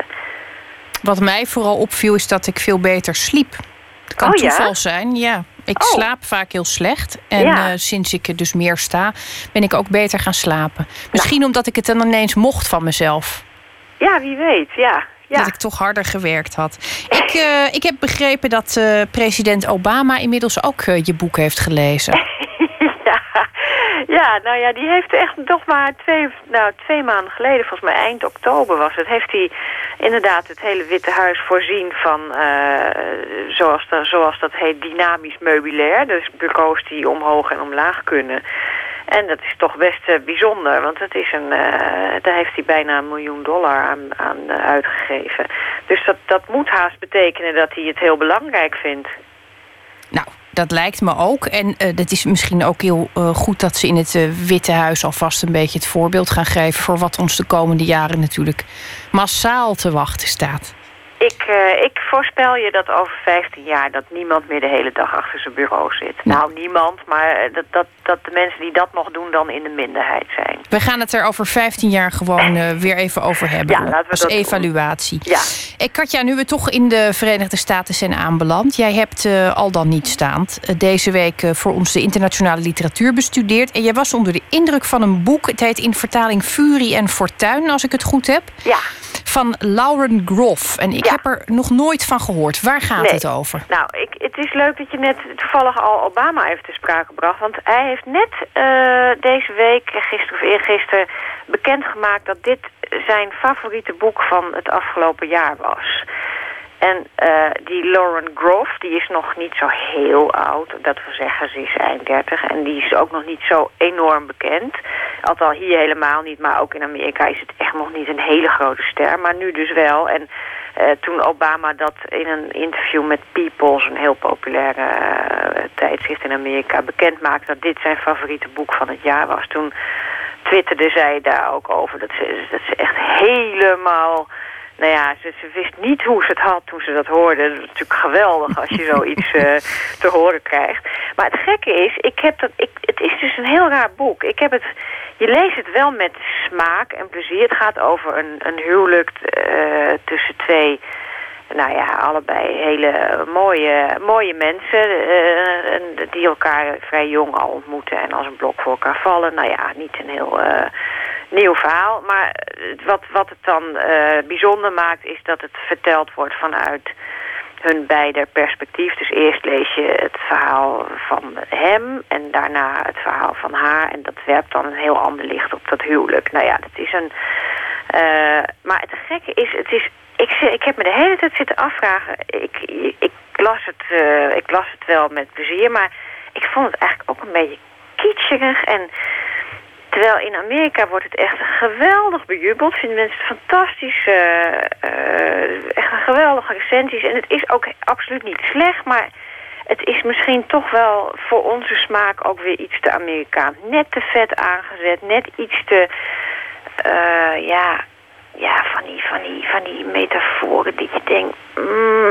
Speaker 2: Wat mij vooral opviel is dat ik veel beter sliep. Het kan
Speaker 13: oh,
Speaker 2: toeval
Speaker 13: ja?
Speaker 2: zijn, ja. Ik
Speaker 13: oh.
Speaker 2: slaap vaak heel slecht. En
Speaker 13: ja.
Speaker 2: uh, sinds ik dus meer sta, ben ik ook beter gaan slapen. Misschien nou. omdat ik het dan ineens mocht van mezelf.
Speaker 13: Ja, wie weet, ja. ja.
Speaker 2: Dat ik toch harder gewerkt had. Ik, uh, ik heb begrepen dat uh, president Obama inmiddels ook uh, je boek heeft gelezen.
Speaker 13: ja. ja, nou ja, die heeft echt nog maar twee, nou, twee maanden geleden, volgens mij eind oktober was het, heeft hij inderdaad het hele Witte Huis voorzien van, uh, zoals, de, zoals dat heet, dynamisch meubilair. Dus bureaus die omhoog en omlaag kunnen. En dat is toch best uh, bijzonder, want het is een, uh, daar heeft hij bijna een miljoen dollar aan, aan uh, uitgegeven. Dus dat, dat moet haast betekenen dat hij het heel belangrijk vindt.
Speaker 2: Nou, dat lijkt me ook. En uh, dat is misschien ook heel uh, goed dat ze in het uh, Witte Huis alvast een beetje het voorbeeld gaan geven voor wat ons de komende jaren natuurlijk massaal te wachten staat.
Speaker 13: Ik, uh, ik voorspel je dat over vijftien jaar dat niemand meer de hele dag achter zijn bureau zit. Nou, nou niemand, maar dat, dat, dat de mensen die dat nog doen dan in de minderheid zijn.
Speaker 2: We gaan het er over vijftien jaar gewoon uh, weer even over hebben.
Speaker 13: Ja, laten we
Speaker 2: als
Speaker 13: dat
Speaker 2: evaluatie.
Speaker 13: Doen. Ja.
Speaker 2: Hey, Katja, nu we toch in de Verenigde Staten zijn aanbeland. Jij hebt uh, al dan niet staand uh, deze week uh, voor ons de internationale literatuur bestudeerd. En jij was onder de indruk van een boek. Het heet in vertaling Furie en Fortuin, als ik het goed heb.
Speaker 13: Ja.
Speaker 2: Van Lauren Groff. En ik
Speaker 13: ja.
Speaker 2: heb er nog nooit van gehoord. Waar gaat
Speaker 13: nee.
Speaker 2: het over?
Speaker 13: Nou, ik, het is leuk dat je net toevallig al Obama even te sprake bracht. Want hij heeft net uh, deze week, gisteren of eergisteren, bekendgemaakt dat dit zijn favoriete boek van het afgelopen jaar was. En uh, die Lauren Groff, die is nog niet zo heel oud. Dat wil zeggen, ze is eind dertig. En die is ook nog niet zo enorm bekend. Althans hier helemaal niet, maar ook in Amerika is het echt nog niet een hele grote ster. Maar nu dus wel. En uh, toen Obama dat in een interview met People, een heel populaire uh, tijdschrift in Amerika, bekend maakte dat dit zijn favoriete boek van het jaar was. Toen twitterde zij daar ook over dat ze, dat ze echt helemaal... Nou ja, ze, ze wist niet hoe ze het had toen ze dat hoorde. Dat is natuurlijk geweldig als je zoiets uh, te horen krijgt. Maar het gekke is, ik heb dat, ik, het is dus een heel raar boek. Ik heb het, je leest het wel met smaak en plezier. Het gaat over een, een huwelijk uh, tussen twee, nou ja, allebei hele mooie, mooie mensen. Uh, die elkaar vrij jong al ontmoeten en als een blok voor elkaar vallen. Nou ja, niet een heel... Uh, nieuw verhaal, maar wat, wat het dan uh, bijzonder maakt is dat het verteld wordt vanuit hun beider perspectief. Dus eerst lees je het verhaal van hem en daarna het verhaal van haar en dat werpt dan een heel ander licht op dat huwelijk. Nou ja, dat is een... Uh, maar het gekke is, het is ik, ik heb me de hele tijd zitten afvragen, ik, ik, las het, uh, ik las het wel met plezier, maar ik vond het eigenlijk ook een beetje kitscherig en... Terwijl in Amerika wordt het echt geweldig bejubeld. Vinden mensen het fantastisch. Uh, uh, echt een geweldige recensies. En het is ook absoluut niet slecht. Maar het is misschien toch wel voor onze smaak ook weer iets te Amerikaans. Net te vet aangezet. Net iets te... Uh, ja, ja van, die, van, die, van die metaforen die je denkt... Mm,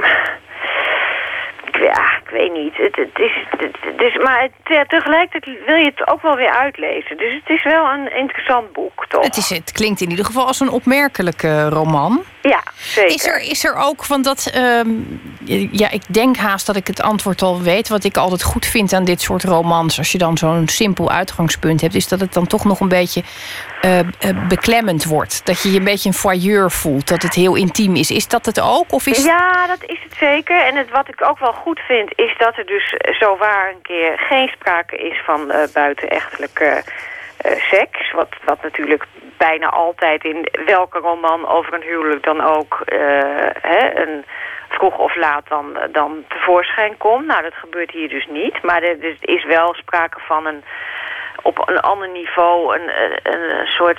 Speaker 13: ja, ik weet niet. Het, het is, het, het is, maar het, tegelijkertijd wil je het ook wel weer uitlezen. Dus het is wel een interessant boek, toch?
Speaker 2: Het, is, het klinkt in ieder geval als een opmerkelijke roman.
Speaker 13: Ja, zeker.
Speaker 2: Is er, is er ook, want dat... Um, ja, ik denk haast dat ik het antwoord al weet. Wat ik altijd goed vind aan dit soort romans... als je dan zo'n simpel uitgangspunt hebt... is dat het dan toch nog een beetje uh, uh, beklemmend wordt. Dat je je een beetje een voyeur voelt. Dat het heel intiem is. Is dat het ook? Of is...
Speaker 13: Ja, dat is het zeker. En het, wat ik ook wel goed vind... is dat er dus zowaar een keer geen sprake is van uh, buitenechtelijke uh, seks. Wat, wat natuurlijk bijna altijd in welke roman over een huwelijk dan ook... Uh, hè, een, vroeg of laat dan, dan tevoorschijn komt. Nou, dat gebeurt hier dus niet. Maar er, er is wel sprake van een op een ander niveau een, een, een soort...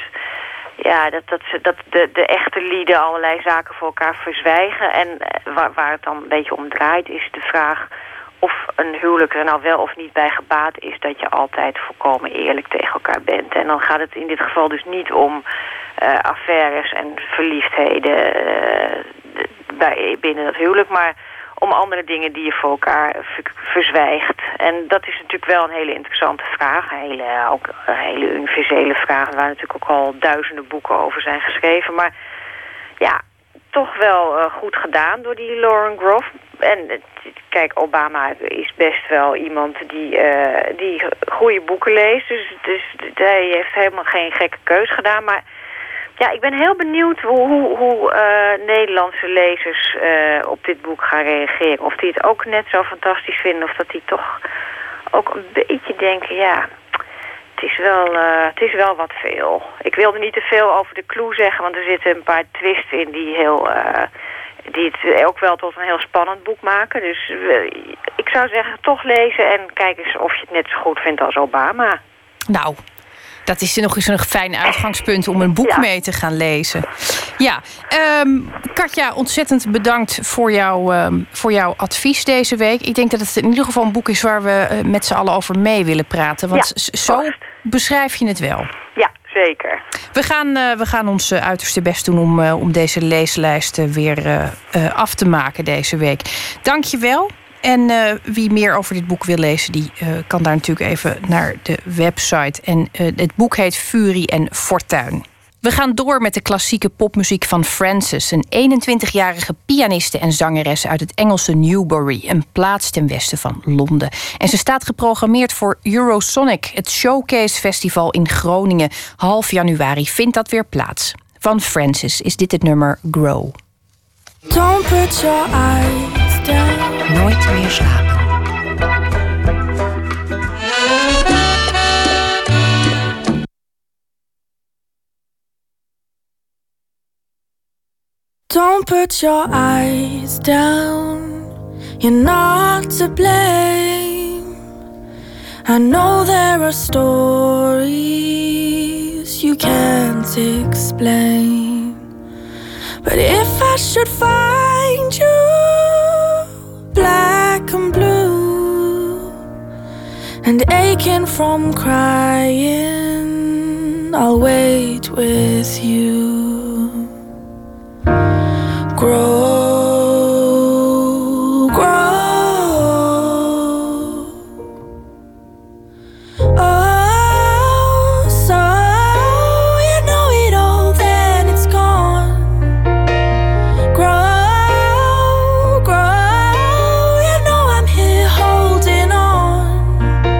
Speaker 13: Ja, dat, dat, dat de, de echte lieden allerlei zaken voor elkaar verzwijgen. En waar, waar het dan een beetje om draait is de vraag of een huwelijk er nou wel of niet bij gebaat is dat je altijd volkomen eerlijk tegen elkaar bent. En dan gaat het in dit geval dus niet om uh, affaires en verliefdheden uh, bij, binnen dat huwelijk, maar om andere dingen die je voor elkaar verzwijgt. En dat is natuurlijk wel een hele interessante vraag. Een hele, ook een hele universele vraag. Waar natuurlijk ook al duizenden boeken over zijn geschreven. Maar ja, toch wel uh, goed gedaan door die Lauren Groff. En uh, kijk, Obama is best wel iemand die, uh, die goede boeken leest. Dus, dus hij heeft helemaal geen gekke keus gedaan. Maar ja, ik ben heel benieuwd hoe, hoe, hoe uh, Nederlandse lezers uh, op dit boek gaan reageren. Of die het ook net zo fantastisch vinden. Of dat die toch ook een beetje denken, ja, het is wel, uh, het is wel wat veel. Ik wilde niet te veel over de clue zeggen, want er zitten een paar twists in die, heel, uh, die het ook wel tot een heel spannend boek maken. Dus uh, ik zou zeggen, toch lezen en kijk eens of je het net zo goed vindt als Obama.
Speaker 2: Nou, dat is nog eens een fijn uitgangspunt om een boek ja. mee te gaan lezen. Ja, um, Katja, ontzettend bedankt voor, jou, um, voor jouw advies deze week. Ik denk dat het in ieder geval een boek is waar we uh, met z'n allen over mee willen praten. Want ja, zo vast. Beschrijf je het wel.
Speaker 13: Ja, zeker.
Speaker 2: We gaan, uh, we gaan ons uh, uiterste best doen om, uh, om deze leeslijst uh, weer uh, uh, af te maken deze week. Dank je wel. En uh, wie meer over dit boek wil lezen, die uh, kan daar natuurlijk even naar de website. En uh, het boek heet Furie en Fortuin. We gaan door met de klassieke popmuziek van Frances, een eenentwintigjarige pianiste en zangeres uit het Engelse Newbury, een plaats ten westen van Londen. En ze staat geprogrammeerd voor Eurosonic, het Showcase Festival in Groningen. Half januari vindt dat weer plaats. Van Frances is dit het nummer Grow.
Speaker 9: Don't put your eyes down.
Speaker 5: Nooit meer slapen.
Speaker 9: Don't put your eyes down. You're not to blame. I know there are stories you can't explain. But if I should find you black and blue and aching from crying, I'll wait with you. Grow, grow. Oh, so you know it all, then it's gone. Grow, grow. You know I'm here holding on,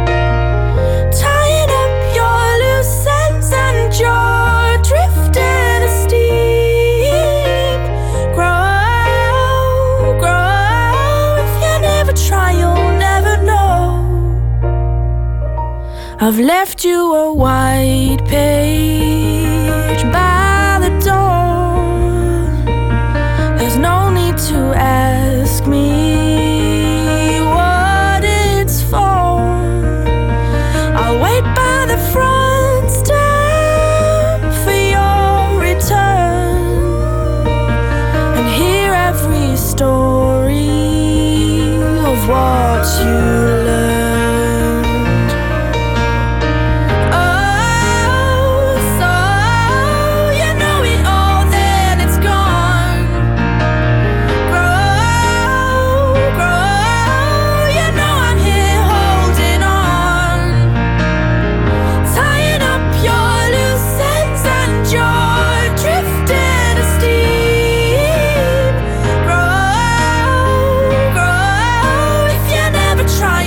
Speaker 9: tying up your loose ends and you're drifting asleep. Grow, grow. If you never try, you'll never know. I've left you a white page by the door. There's no need to ask me what it's for. I'll wait by the front step for your return and hear every story of what you learned. Oh, so you know it all, then it's gone. Grow, grow. You know I'm here holding on, tying up your loose ends and you're drifting asleep. Grow, grow. If you never try,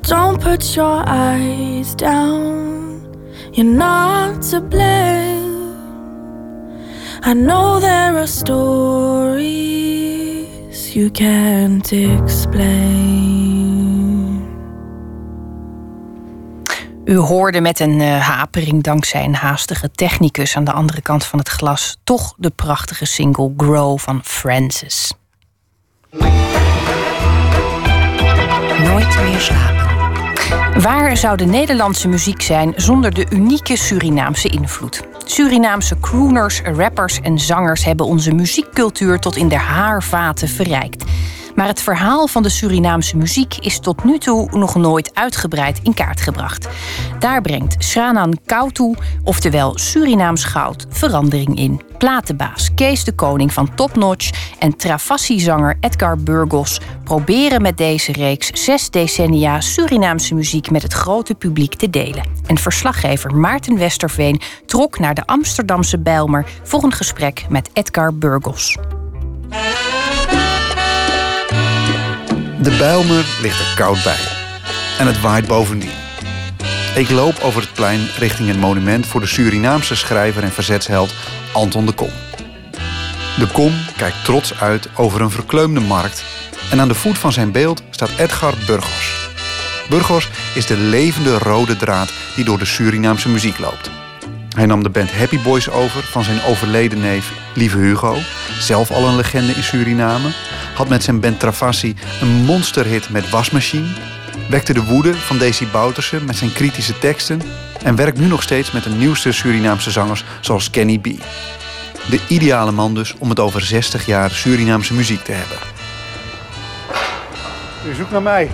Speaker 9: don't put your eyes down. You're not to blame. I know there are stories you can't explain.
Speaker 2: U hoorde met een uh, hapering dankzij een haastige technicus aan de andere kant van het glas toch de prachtige single Grow van Francis.
Speaker 8: Nooit meer slapen.
Speaker 2: Waar zou de Nederlandse muziek zijn zonder de unieke Surinaamse invloed? Surinaamse crooners, rappers en zangers hebben onze muziekcultuur tot in de haarvaten verrijkt. Maar het verhaal van de Surinaamse muziek is tot nu toe nog nooit uitgebreid in kaart gebracht. Daar brengt Sranan Koutu, oftewel Surinaams goud, verandering in. Platenbaas Kees de Koning van Top Notch en Travassi-zanger Edgar Burgos proberen met deze reeks zes decennia Surinaamse muziek met het grote publiek te delen. En verslaggever Maarten Westerveen trok naar de Amsterdamse Bijlmer voor een gesprek met Edgar Burgos.
Speaker 14: De Bijlmer ligt er koud bij. En het waait bovendien. Ik loop over het plein richting het monument voor de Surinaamse schrijver en verzetsheld Anton de Kom. De Kom kijkt trots uit over een verkleumde markt en aan de voet van zijn beeld staat Edgar Burgos. Burgos is de levende rode draad die door de Surinaamse muziek loopt. Hij nam de band Happy Boys over van zijn overleden neef Lieve Hugo, zelf al een legende in Suriname, had met zijn band Travassi een monsterhit met Wasmachine, wekte de woede van Desi Bouterse met zijn kritische teksten en werkt nu nog steeds met de nieuwste Surinaamse zangers zoals Kenny B. De ideale man dus om het over zestig jaar Surinaamse muziek te hebben.
Speaker 15: U zoekt naar mij.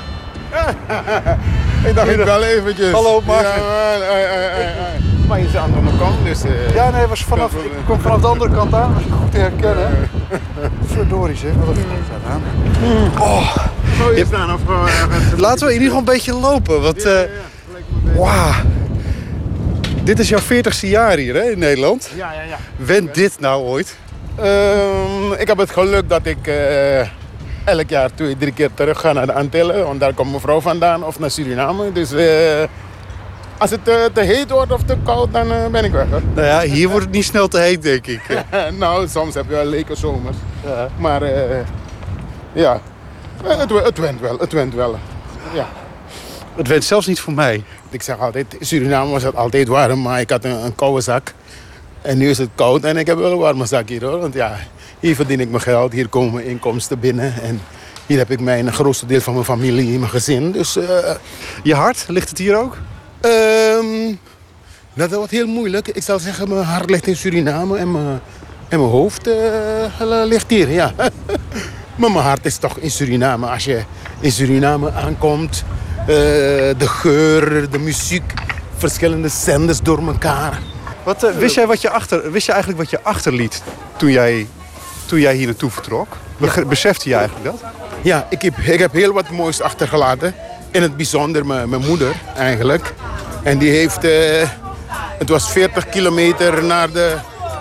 Speaker 16: Ik dacht ik wel eventjes.
Speaker 15: Hallo, Martin.
Speaker 16: Ja, ai, ai, ai, ai. Maar je zit aan de andere kant, dus... Uh,
Speaker 15: ja, nee, was vanaf, ik kom vanaf de andere kant aan. Was je goed te herkennen. Verdorie zeg, wat een staat aan. Oh.
Speaker 16: Oh, je staan of gewoon...
Speaker 15: Laten we in ieder geval een beetje lopen, want... Uh, Wauw. Dit is jouw veertigste jaar hier, hè, in Nederland.
Speaker 16: Ja, ja, ja.
Speaker 15: Went dit nou ooit?
Speaker 16: Um, ik heb het geluk dat ik uh, elk jaar twee, drie keer terug ga naar de Antillen. Want daar komt mijn vrouw vandaan, of naar Suriname. Dus uh, als het uh, te heet wordt of te koud, dan uh, ben ik weg. Hoor.
Speaker 15: Nou ja, hier wordt het niet snel te heet, denk ik.
Speaker 16: Nou, soms heb je wel leke zomers. Ja. Maar uh, ja, het, het went wel, het went wel. Ja.
Speaker 15: Het went zelfs niet voor mij.
Speaker 16: Ik zeg altijd, in Suriname was het altijd warm, maar ik had een, een koude zak. En nu is het koud en ik heb wel een warme zak hier hoor. Want ja, hier verdien ik mijn geld, hier komen mijn inkomsten binnen. En hier heb ik mijn een grootste deel van mijn familie, mijn gezin. Dus, uh,
Speaker 15: je hart, ligt het hier ook?
Speaker 16: Um, dat wordt heel moeilijk. Ik zou zeggen, mijn hart ligt in Suriname en mijn, en mijn hoofd uh, ligt hier, ja. Maar mijn hart is toch in Suriname. Als je in Suriname aankomt, uh, de geur, de muziek, verschillende zenders door elkaar.
Speaker 15: Wat, uh, wist, jij wat je achter, wist je eigenlijk wat je achterliet toen jij, toen jij hier naartoe vertrok? Ja. Besefte je eigenlijk dat?
Speaker 16: Ja, ik heb, ik heb heel wat moois achtergelaten. In het bijzonder mijn, mijn moeder eigenlijk. En die heeft... Uh, het was veertig kilometer naar de...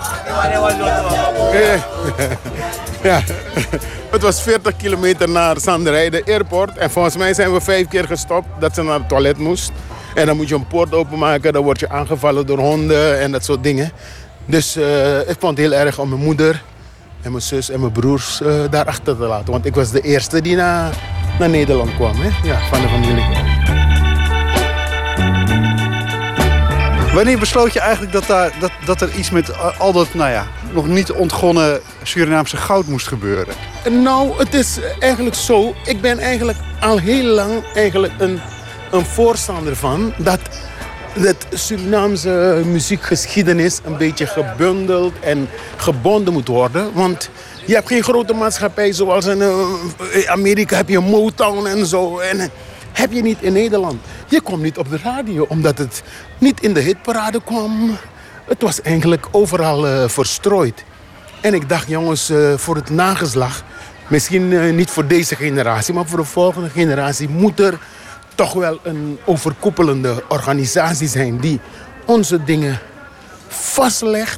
Speaker 16: ja, het was veertig kilometer naar Sanderij, Airport. En volgens mij zijn we vijf keer gestopt dat ze naar het toilet moest. En dan moet je een poort openmaken, dan word je aangevallen door honden en dat soort dingen. Dus uh, ik vond het heel erg om mijn moeder en mijn zus en mijn broers uh, daar achter te laten. Want ik was de eerste die na, naar Nederland kwam, hè? Ja, van de familie.
Speaker 15: Wanneer besloot je eigenlijk dat, daar, dat, dat er iets met al dat, nou ja, nog niet ontgonnen Surinaamse goud moest gebeuren?
Speaker 16: Nou, het is eigenlijk zo. Ik ben eigenlijk al heel lang eigenlijk een, een voorstander van dat het Surinaamse muziekgeschiedenis een beetje gebundeld en gebonden moet worden. Want je hebt geen grote maatschappij zoals in uh, Amerika heb je Motown en zo. En heb je niet in Nederland. Je komt niet op de radio, omdat het niet in de hitparade kwam. Het was eigenlijk overal uh, verstrooid. En ik dacht, jongens, uh, voor het nageslag, misschien uh, niet voor deze generatie, maar voor de volgende generatie moet er toch wel een overkoepelende organisatie zijn die onze dingen vastlegt,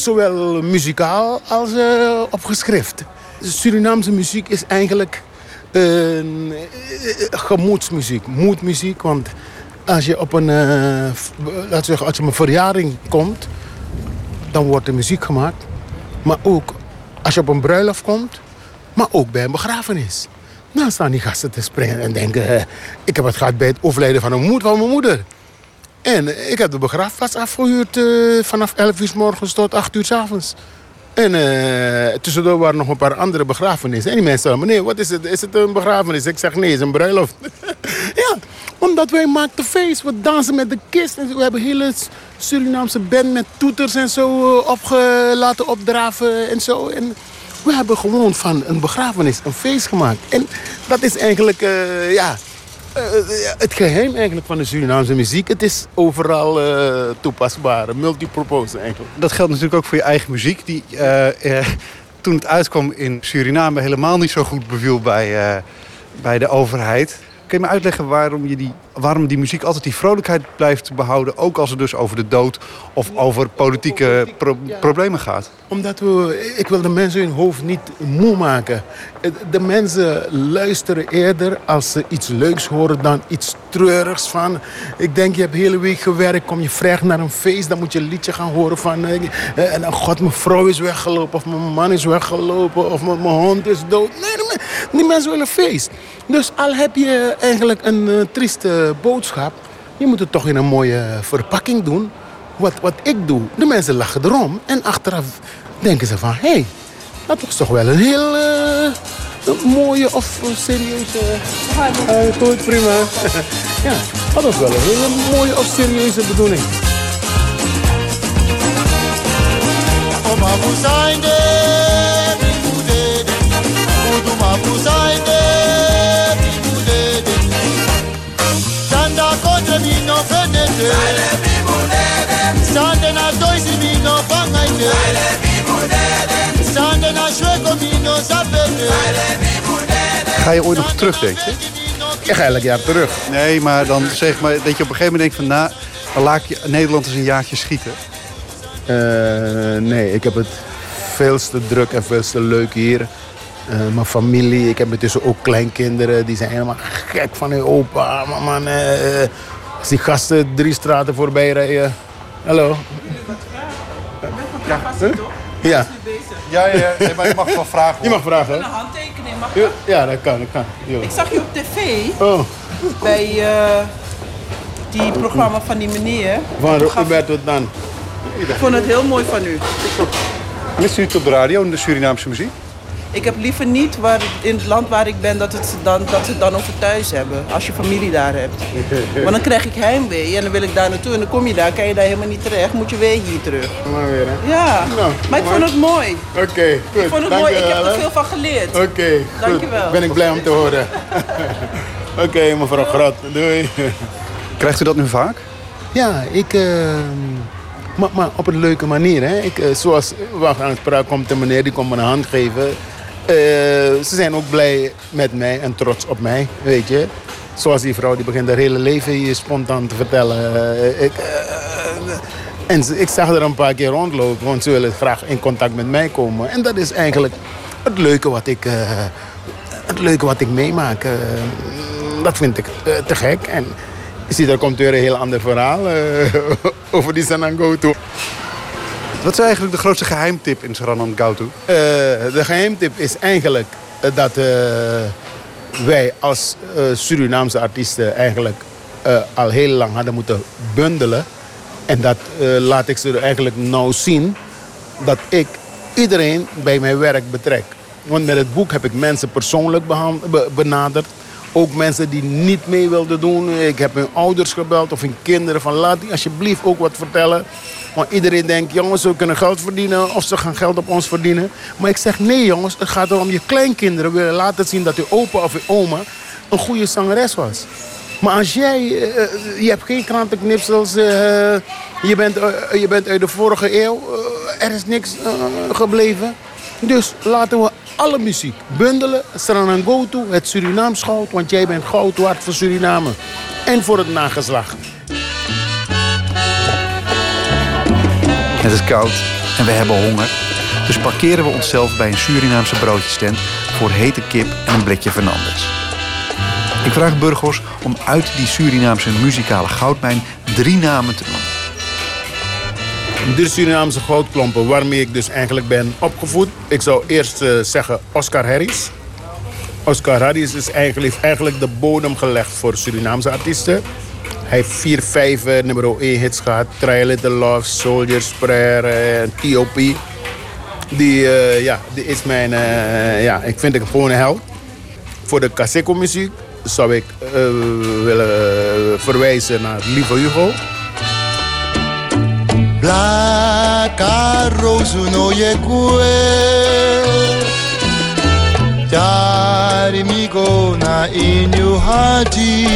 Speaker 16: zowel muzikaal als uh, op geschrift. De Surinaamse muziek is eigenlijk Uh, gemoedsmuziek, moedmuziek. Want als je op een, uh, laten we zeggen, als je op een verjaring komt, dan wordt er muziek gemaakt. Maar ook als je op een bruiloft komt, maar ook bij een begrafenis. Dan staan die gasten te springen en denken, uh, ik heb het gehad bij het overlijden van een moeder van mijn moeder. En uh, ik heb de begraafplaats afgehuurd uh, vanaf elf uur 's morgens tot acht uur 's avonds. En uh, tussendoor waren nog een paar andere begrafenissen. En die mensen zeiden, meneer, wat is het? Is het een begrafenis? Ik zeg, nee, het is een bruiloft. Ja, omdat wij maakten feest. We dansen met de kist. En we hebben een hele Surinaamse band met toeters en zo opge laten opdraven en zo. En we hebben gewoon van een begrafenis een feest gemaakt. En dat is eigenlijk, uh, ja... Uh, het geheim eigenlijk van de Surinaamse muziek. Het is overal uh, toepasbaar, multipurpose eigenlijk.
Speaker 14: Dat geldt natuurlijk ook voor je eigen muziek. Die uh, uh, toen het uitkwam in Suriname helemaal niet zo goed beviel bij, uh, bij de overheid. Kun je me uitleggen waarom, je die, waarom die muziek altijd die vrolijkheid blijft behouden? Ook als het dus over de dood of over politieke pro- ja. problemen gaat.
Speaker 16: Omdat we, ik wil de mensen hun hoofd niet moe maken. De mensen luisteren eerder als ze iets leuks horen dan iets treurigs van. Ik denk, je hebt de hele week gewerkt, kom je vrijdag naar een feest, dan moet je een liedje gaan horen van... En dan, god, mijn vrouw is weggelopen, of mijn man is weggelopen, of mijn, mijn hond is dood. Nee, die mensen willen feest. Dus al heb je eigenlijk een uh, trieste boodschap, je moet het toch in een mooie verpakking doen. Wat, wat ik doe, de mensen lachen erom. En achteraf denken ze van, hé, hey, dat was toch wel een heel uh, een mooie of serieuze... Uh, goed, prima. Ja, dat was wel een hele mooie of serieuze bedoeling.
Speaker 14: Ga je ooit nog terug, denk je?
Speaker 16: Ik ga elk jaar terug.
Speaker 14: Nee, maar dan zeg maar dat je op een gegeven moment denkt van... nou, dan laat je Nederland eens een jaartje schieten.
Speaker 16: Uh, nee, ik heb het veel te druk en veel te leuk hier. Uh, mijn familie, ik heb intussen ook kleinkinderen. Die zijn helemaal gek van hun opa. Maar man, uh, als die gasten drie straten voorbij rijden... Hallo?
Speaker 14: Ja,
Speaker 16: huh? Ja.
Speaker 14: Ja, ja, ja, maar je mag wel vragen.
Speaker 16: Hoor. Je mag vragen, hè?
Speaker 17: Een handtekening mag
Speaker 16: ja, ja, dat kan, dat kan. Jo.
Speaker 17: Ik zag je op tv.
Speaker 16: Oh.
Speaker 17: Bij uh, die programma van die meneer.
Speaker 16: Van Roberto Dan.
Speaker 17: Ik vond het heel mooi van u.
Speaker 14: Mist u het op de radio in de Surinaamse muziek?
Speaker 17: Ik heb liever niet waar, in het land waar ik ben dat, het dan, dat ze het dan over thuis hebben. Als je familie daar hebt. Want dan krijg ik heimwee en dan wil ik daar naartoe. En dan kom je daar, kan je daar helemaal niet terecht. Moet je weer hier terug.
Speaker 16: Maar weer, hè?
Speaker 17: Ja,
Speaker 16: nou,
Speaker 17: maar ik vond het mooi.
Speaker 16: Oké, okay, goed.
Speaker 17: Ik vond het
Speaker 16: Dank
Speaker 17: mooi, ik heb
Speaker 16: wel,
Speaker 17: er veel van geleerd.
Speaker 16: Oké, okay,
Speaker 17: dankjewel.
Speaker 16: Ben ik blij om te horen. Oké, okay, mevrouw Grot, doei.
Speaker 14: Krijgt u dat nu vaak?
Speaker 16: Ja, ik... Uh... Maar, maar op een leuke manier, hè. Ik, uh, zoals we aan het praten komt de meneer, die komt me een hand geven. Uh, ze zijn ook blij met mij en trots op mij, weet je. Zoals die vrouw, die begint haar hele leven hier spontaan te vertellen. Uh, ik, uh, en ze, ik zag er een paar keer rondlopen, want ze willen graag in contact met mij komen. En dat is eigenlijk het leuke wat ik, uh, het leuke wat ik meemaak. Uh, dat vind ik uh, te gek. En je ziet, er komt weer een heel ander verhaal uh, over die Sanangoto.
Speaker 14: Wat is eigenlijk de grootste geheimtip in Sanangoto?
Speaker 16: Uh, de geheimtip is eigenlijk uh, dat uh, wij als uh, Surinaamse artiesten eigenlijk uh, al heel lang hadden moeten bundelen. En dat uh, laat ik ze eigenlijk nou zien dat ik iedereen bij mijn werk betrek. Want met het boek heb ik mensen persoonlijk behand- be- benaderd. Ook mensen die niet mee wilden doen. Ik heb hun ouders gebeld of hun kinderen van laat die alsjeblieft ook wat vertellen. Want iedereen denkt, jongens, we kunnen geld verdienen of ze gaan geld op ons verdienen. Maar ik zeg, nee jongens, het gaat erom je kleinkinderen willen laten zien dat je opa of je oma een goede zangeres was. Maar als jij, uh, je hebt geen krantenknipsels, uh, je, bent, uh, je bent uit de vorige eeuw, uh, er is niks uh, gebleven. Dus laten we alle muziek bundelen, Sanangoto, het Surinaams goud, want jij bent goud waard voor Suriname en voor het nageslacht.
Speaker 14: Het is koud en we hebben honger. Dus parkeren we onszelf bij een Surinaamse broodjesstand voor hete kip en een blikje Fernandes. Ik vraag Burgos om uit die Surinaamse muzikale goudmijn drie namen te noemen.
Speaker 16: De Surinaamse goudklompen waarmee ik dus eigenlijk ben opgevoed. Ik zou eerst uh, zeggen Oscar Harris. Oscar Harris is eigenlijk, heeft eigenlijk de bodem gelegd voor Surinaamse artiesten. Hij heeft vier, vijf uh, nummer één hits gehad. Try Little Love, Soldier's Prayer en uh, T O P. Die, uh, ja, die is mijn, uh, ja, ik vind ik gewoon een held. Voor de Kaseko muziek zou ik uh, willen verwijzen naar Lieve Hugo.
Speaker 18: Black rose no ye Dari mi go na in your hearty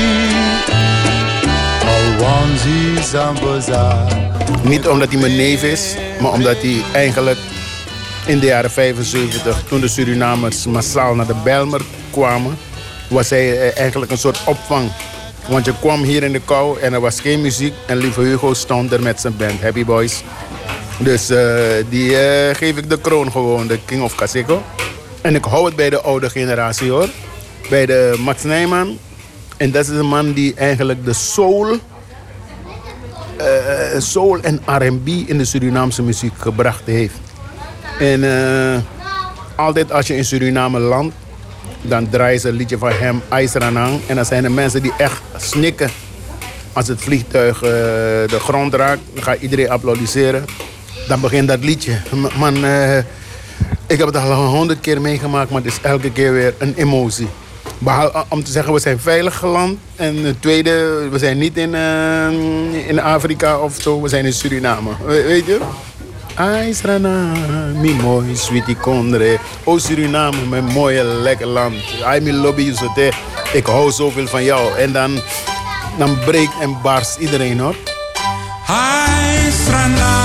Speaker 18: Alwanzi Zamboza.
Speaker 16: Niet omdat hij mijn neef is, maar omdat hij eigenlijk in de jaren vijfenzeventig, toen de Surinamers massaal naar de Bijlmer kwamen, was hij eigenlijk een soort opvang. Want je kwam hier in de kou en er was geen muziek. En Lieve Hugo stond er met zijn band, Happy Boys. Dus uh, die uh, geef ik de kroon gewoon, de King of Kaseko. En ik hou het bij de oude generatie hoor. Bij de Max Nijman. En dat is een man die eigenlijk de soul, uh, soul en R en B in de Surinaamse muziek gebracht heeft. En uh, altijd als je in Suriname landt, dan draaien ze een liedje van hem, IJsranang. En dan zijn er mensen die echt snikken. Als het vliegtuig uh, de grond raakt, dan gaat iedereen applaudisseren. Dan begint dat liedje. Man, uh, ik heb het al honderd keer meegemaakt, maar het is elke keer weer een emotie. Behalve om te zeggen, we zijn veilig geland. En het tweede, we zijn niet in, uh, in Afrika of zo, we zijn in Suriname. We, weet je? IJsrana, mi mooi, sweetie kondre. O Suriname, mijn mooie, lekker land. I mi lobby you so te. Ik hou zoveel van jou. En dan, dan breekt en barst iedereen op.
Speaker 19: IJsrana,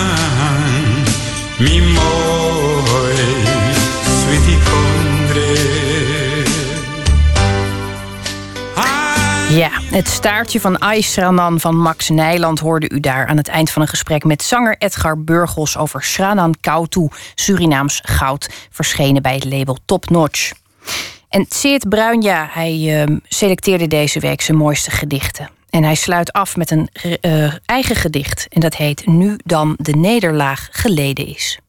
Speaker 19: mi mooi, sweetie kondre.
Speaker 2: Ja, het staartje van IJsranan van Max Nijland hoorde u daar aan het eind van een gesprek met zanger Edgar Burgos over Sranan Kautu, Surinaams goud, verschenen bij het label Top Notch. En Tseert Bruinja, hij uh, selecteerde deze week zijn mooiste gedichten. En hij sluit af met een uh, eigen gedicht. En dat heet Nu dan de nederlaag geleden is.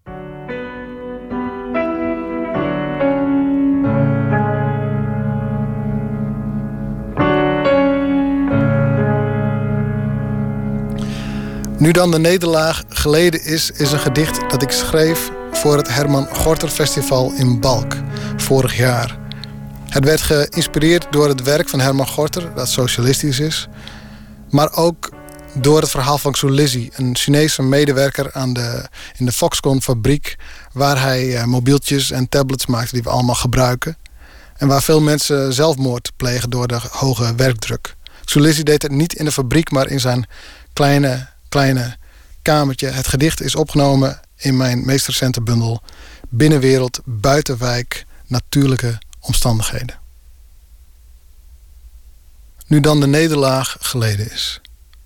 Speaker 20: Nu dan de nederlaag geleden is, is een gedicht dat ik schreef voor het Herman Gorter Festival in Balk, vorig jaar. Het werd geïnspireerd door het werk van Herman Gorter, dat socialistisch is, maar ook door het verhaal van Xu Lizzy, een Chinese medewerker aan de, in de Foxconn fabriek, waar hij uh, mobieltjes en tablets maakte die we allemaal gebruiken. En waar veel mensen zelfmoord plegen door de hoge werkdruk. Xu Lizzy deed het niet in de fabriek, maar in zijn kleine... kleine kamertje. Het gedicht is opgenomen in mijn meest recente bundel Binnenwereld, Buitenwijk, Natuurlijke Omstandigheden. Nu dan de nederlaag geleden is.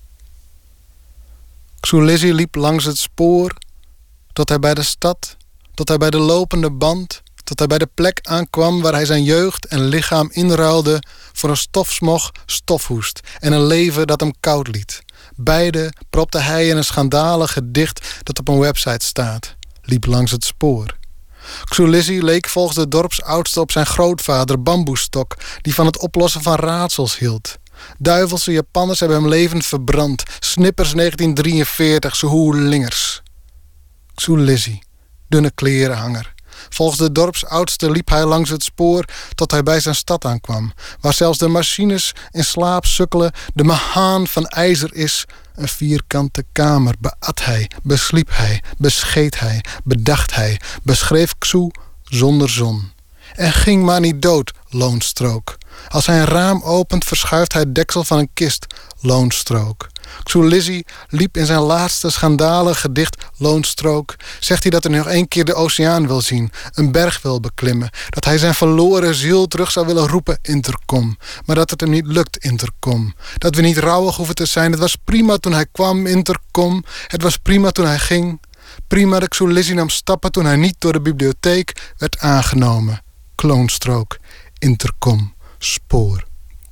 Speaker 20: Xu Lizzy liep langs het spoor tot hij bij de stad, tot hij bij de lopende band, tot hij bij de plek aankwam waar hij zijn jeugd en lichaam inruilde voor een stofsmog stofhoest en een leven dat hem koud liet. Beide propte hij in een schandalig gedicht dat op een website staat. Liep langs het spoor. Xu Lizzy leek volgens de dorpsoudste op zijn grootvader Bamboestok, die van het oplossen van raadsels hield. Duivelse Japanners hebben hem levend verbrand. Snippers negentien drieënveertig, Soehoelingers. Xu Lizzy, dunne klerenhanger. Volgens de dorpsoudste liep hij langs het spoor tot hij bij zijn stad aankwam, waar zelfs de machines in slaap sukkelen, de mahaan van ijzer is. Een vierkante kamer beat hij, besliep hij, bescheet hij, bedacht hij, beschreef Xu zonder zon. En ging maar niet dood, loonstrook. Als hij een raam opent, verschuift hij het deksel van een kist, loonstrook. Xu Lizzy liep in zijn laatste schandalig gedicht Loonstrook. Zegt hij dat hij nog één keer de oceaan wil zien, een berg wil beklimmen, dat hij zijn verloren ziel terug zou willen roepen, Intercom. Maar dat het hem niet lukt, Intercom. Dat we niet rouwig hoeven te zijn. Het was prima toen hij kwam, Intercom. Het was prima toen hij ging. prima dat ik zo Lizzie nam stappen toen hij niet door de bibliotheek werd aangenomen. Kloonstrook, intercom, spoor.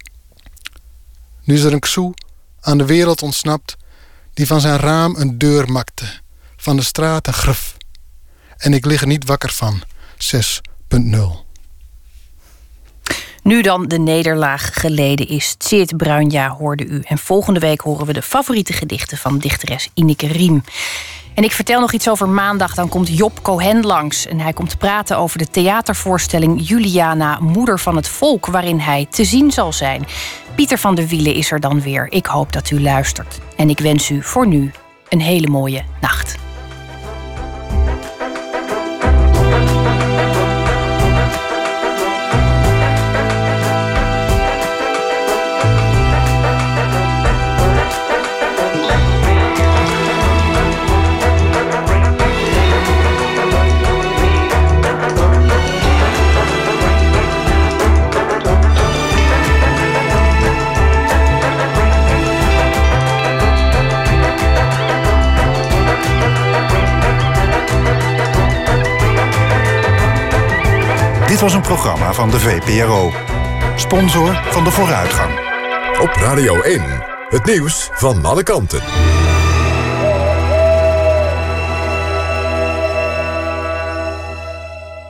Speaker 20: Nu is er een Xu aan de wereld ontsnapt die van zijn raam een deur makte. Van de straat een gruf. En ik lig er niet wakker van. zes punt nul.
Speaker 2: Nu dan de nederlaag geleden is. Tjeerd Bruinja hoorde u. En volgende week horen we de favoriete gedichten van dichteres Ineke Riem. En ik vertel nog iets over maandag. Dan komt Job Cohen langs. En hij komt praten over de theatervoorstelling Juliana, Moeder van het Volk, waarin hij te zien zal zijn. Pieter van der Wielen is er dan weer. Ik hoop dat u luistert. En ik wens u voor nu een hele mooie nacht.
Speaker 14: Dit was een programma van de V P R O. Sponsor van de Vooruitgang.
Speaker 1: Op Radio één, het nieuws van alle kanten.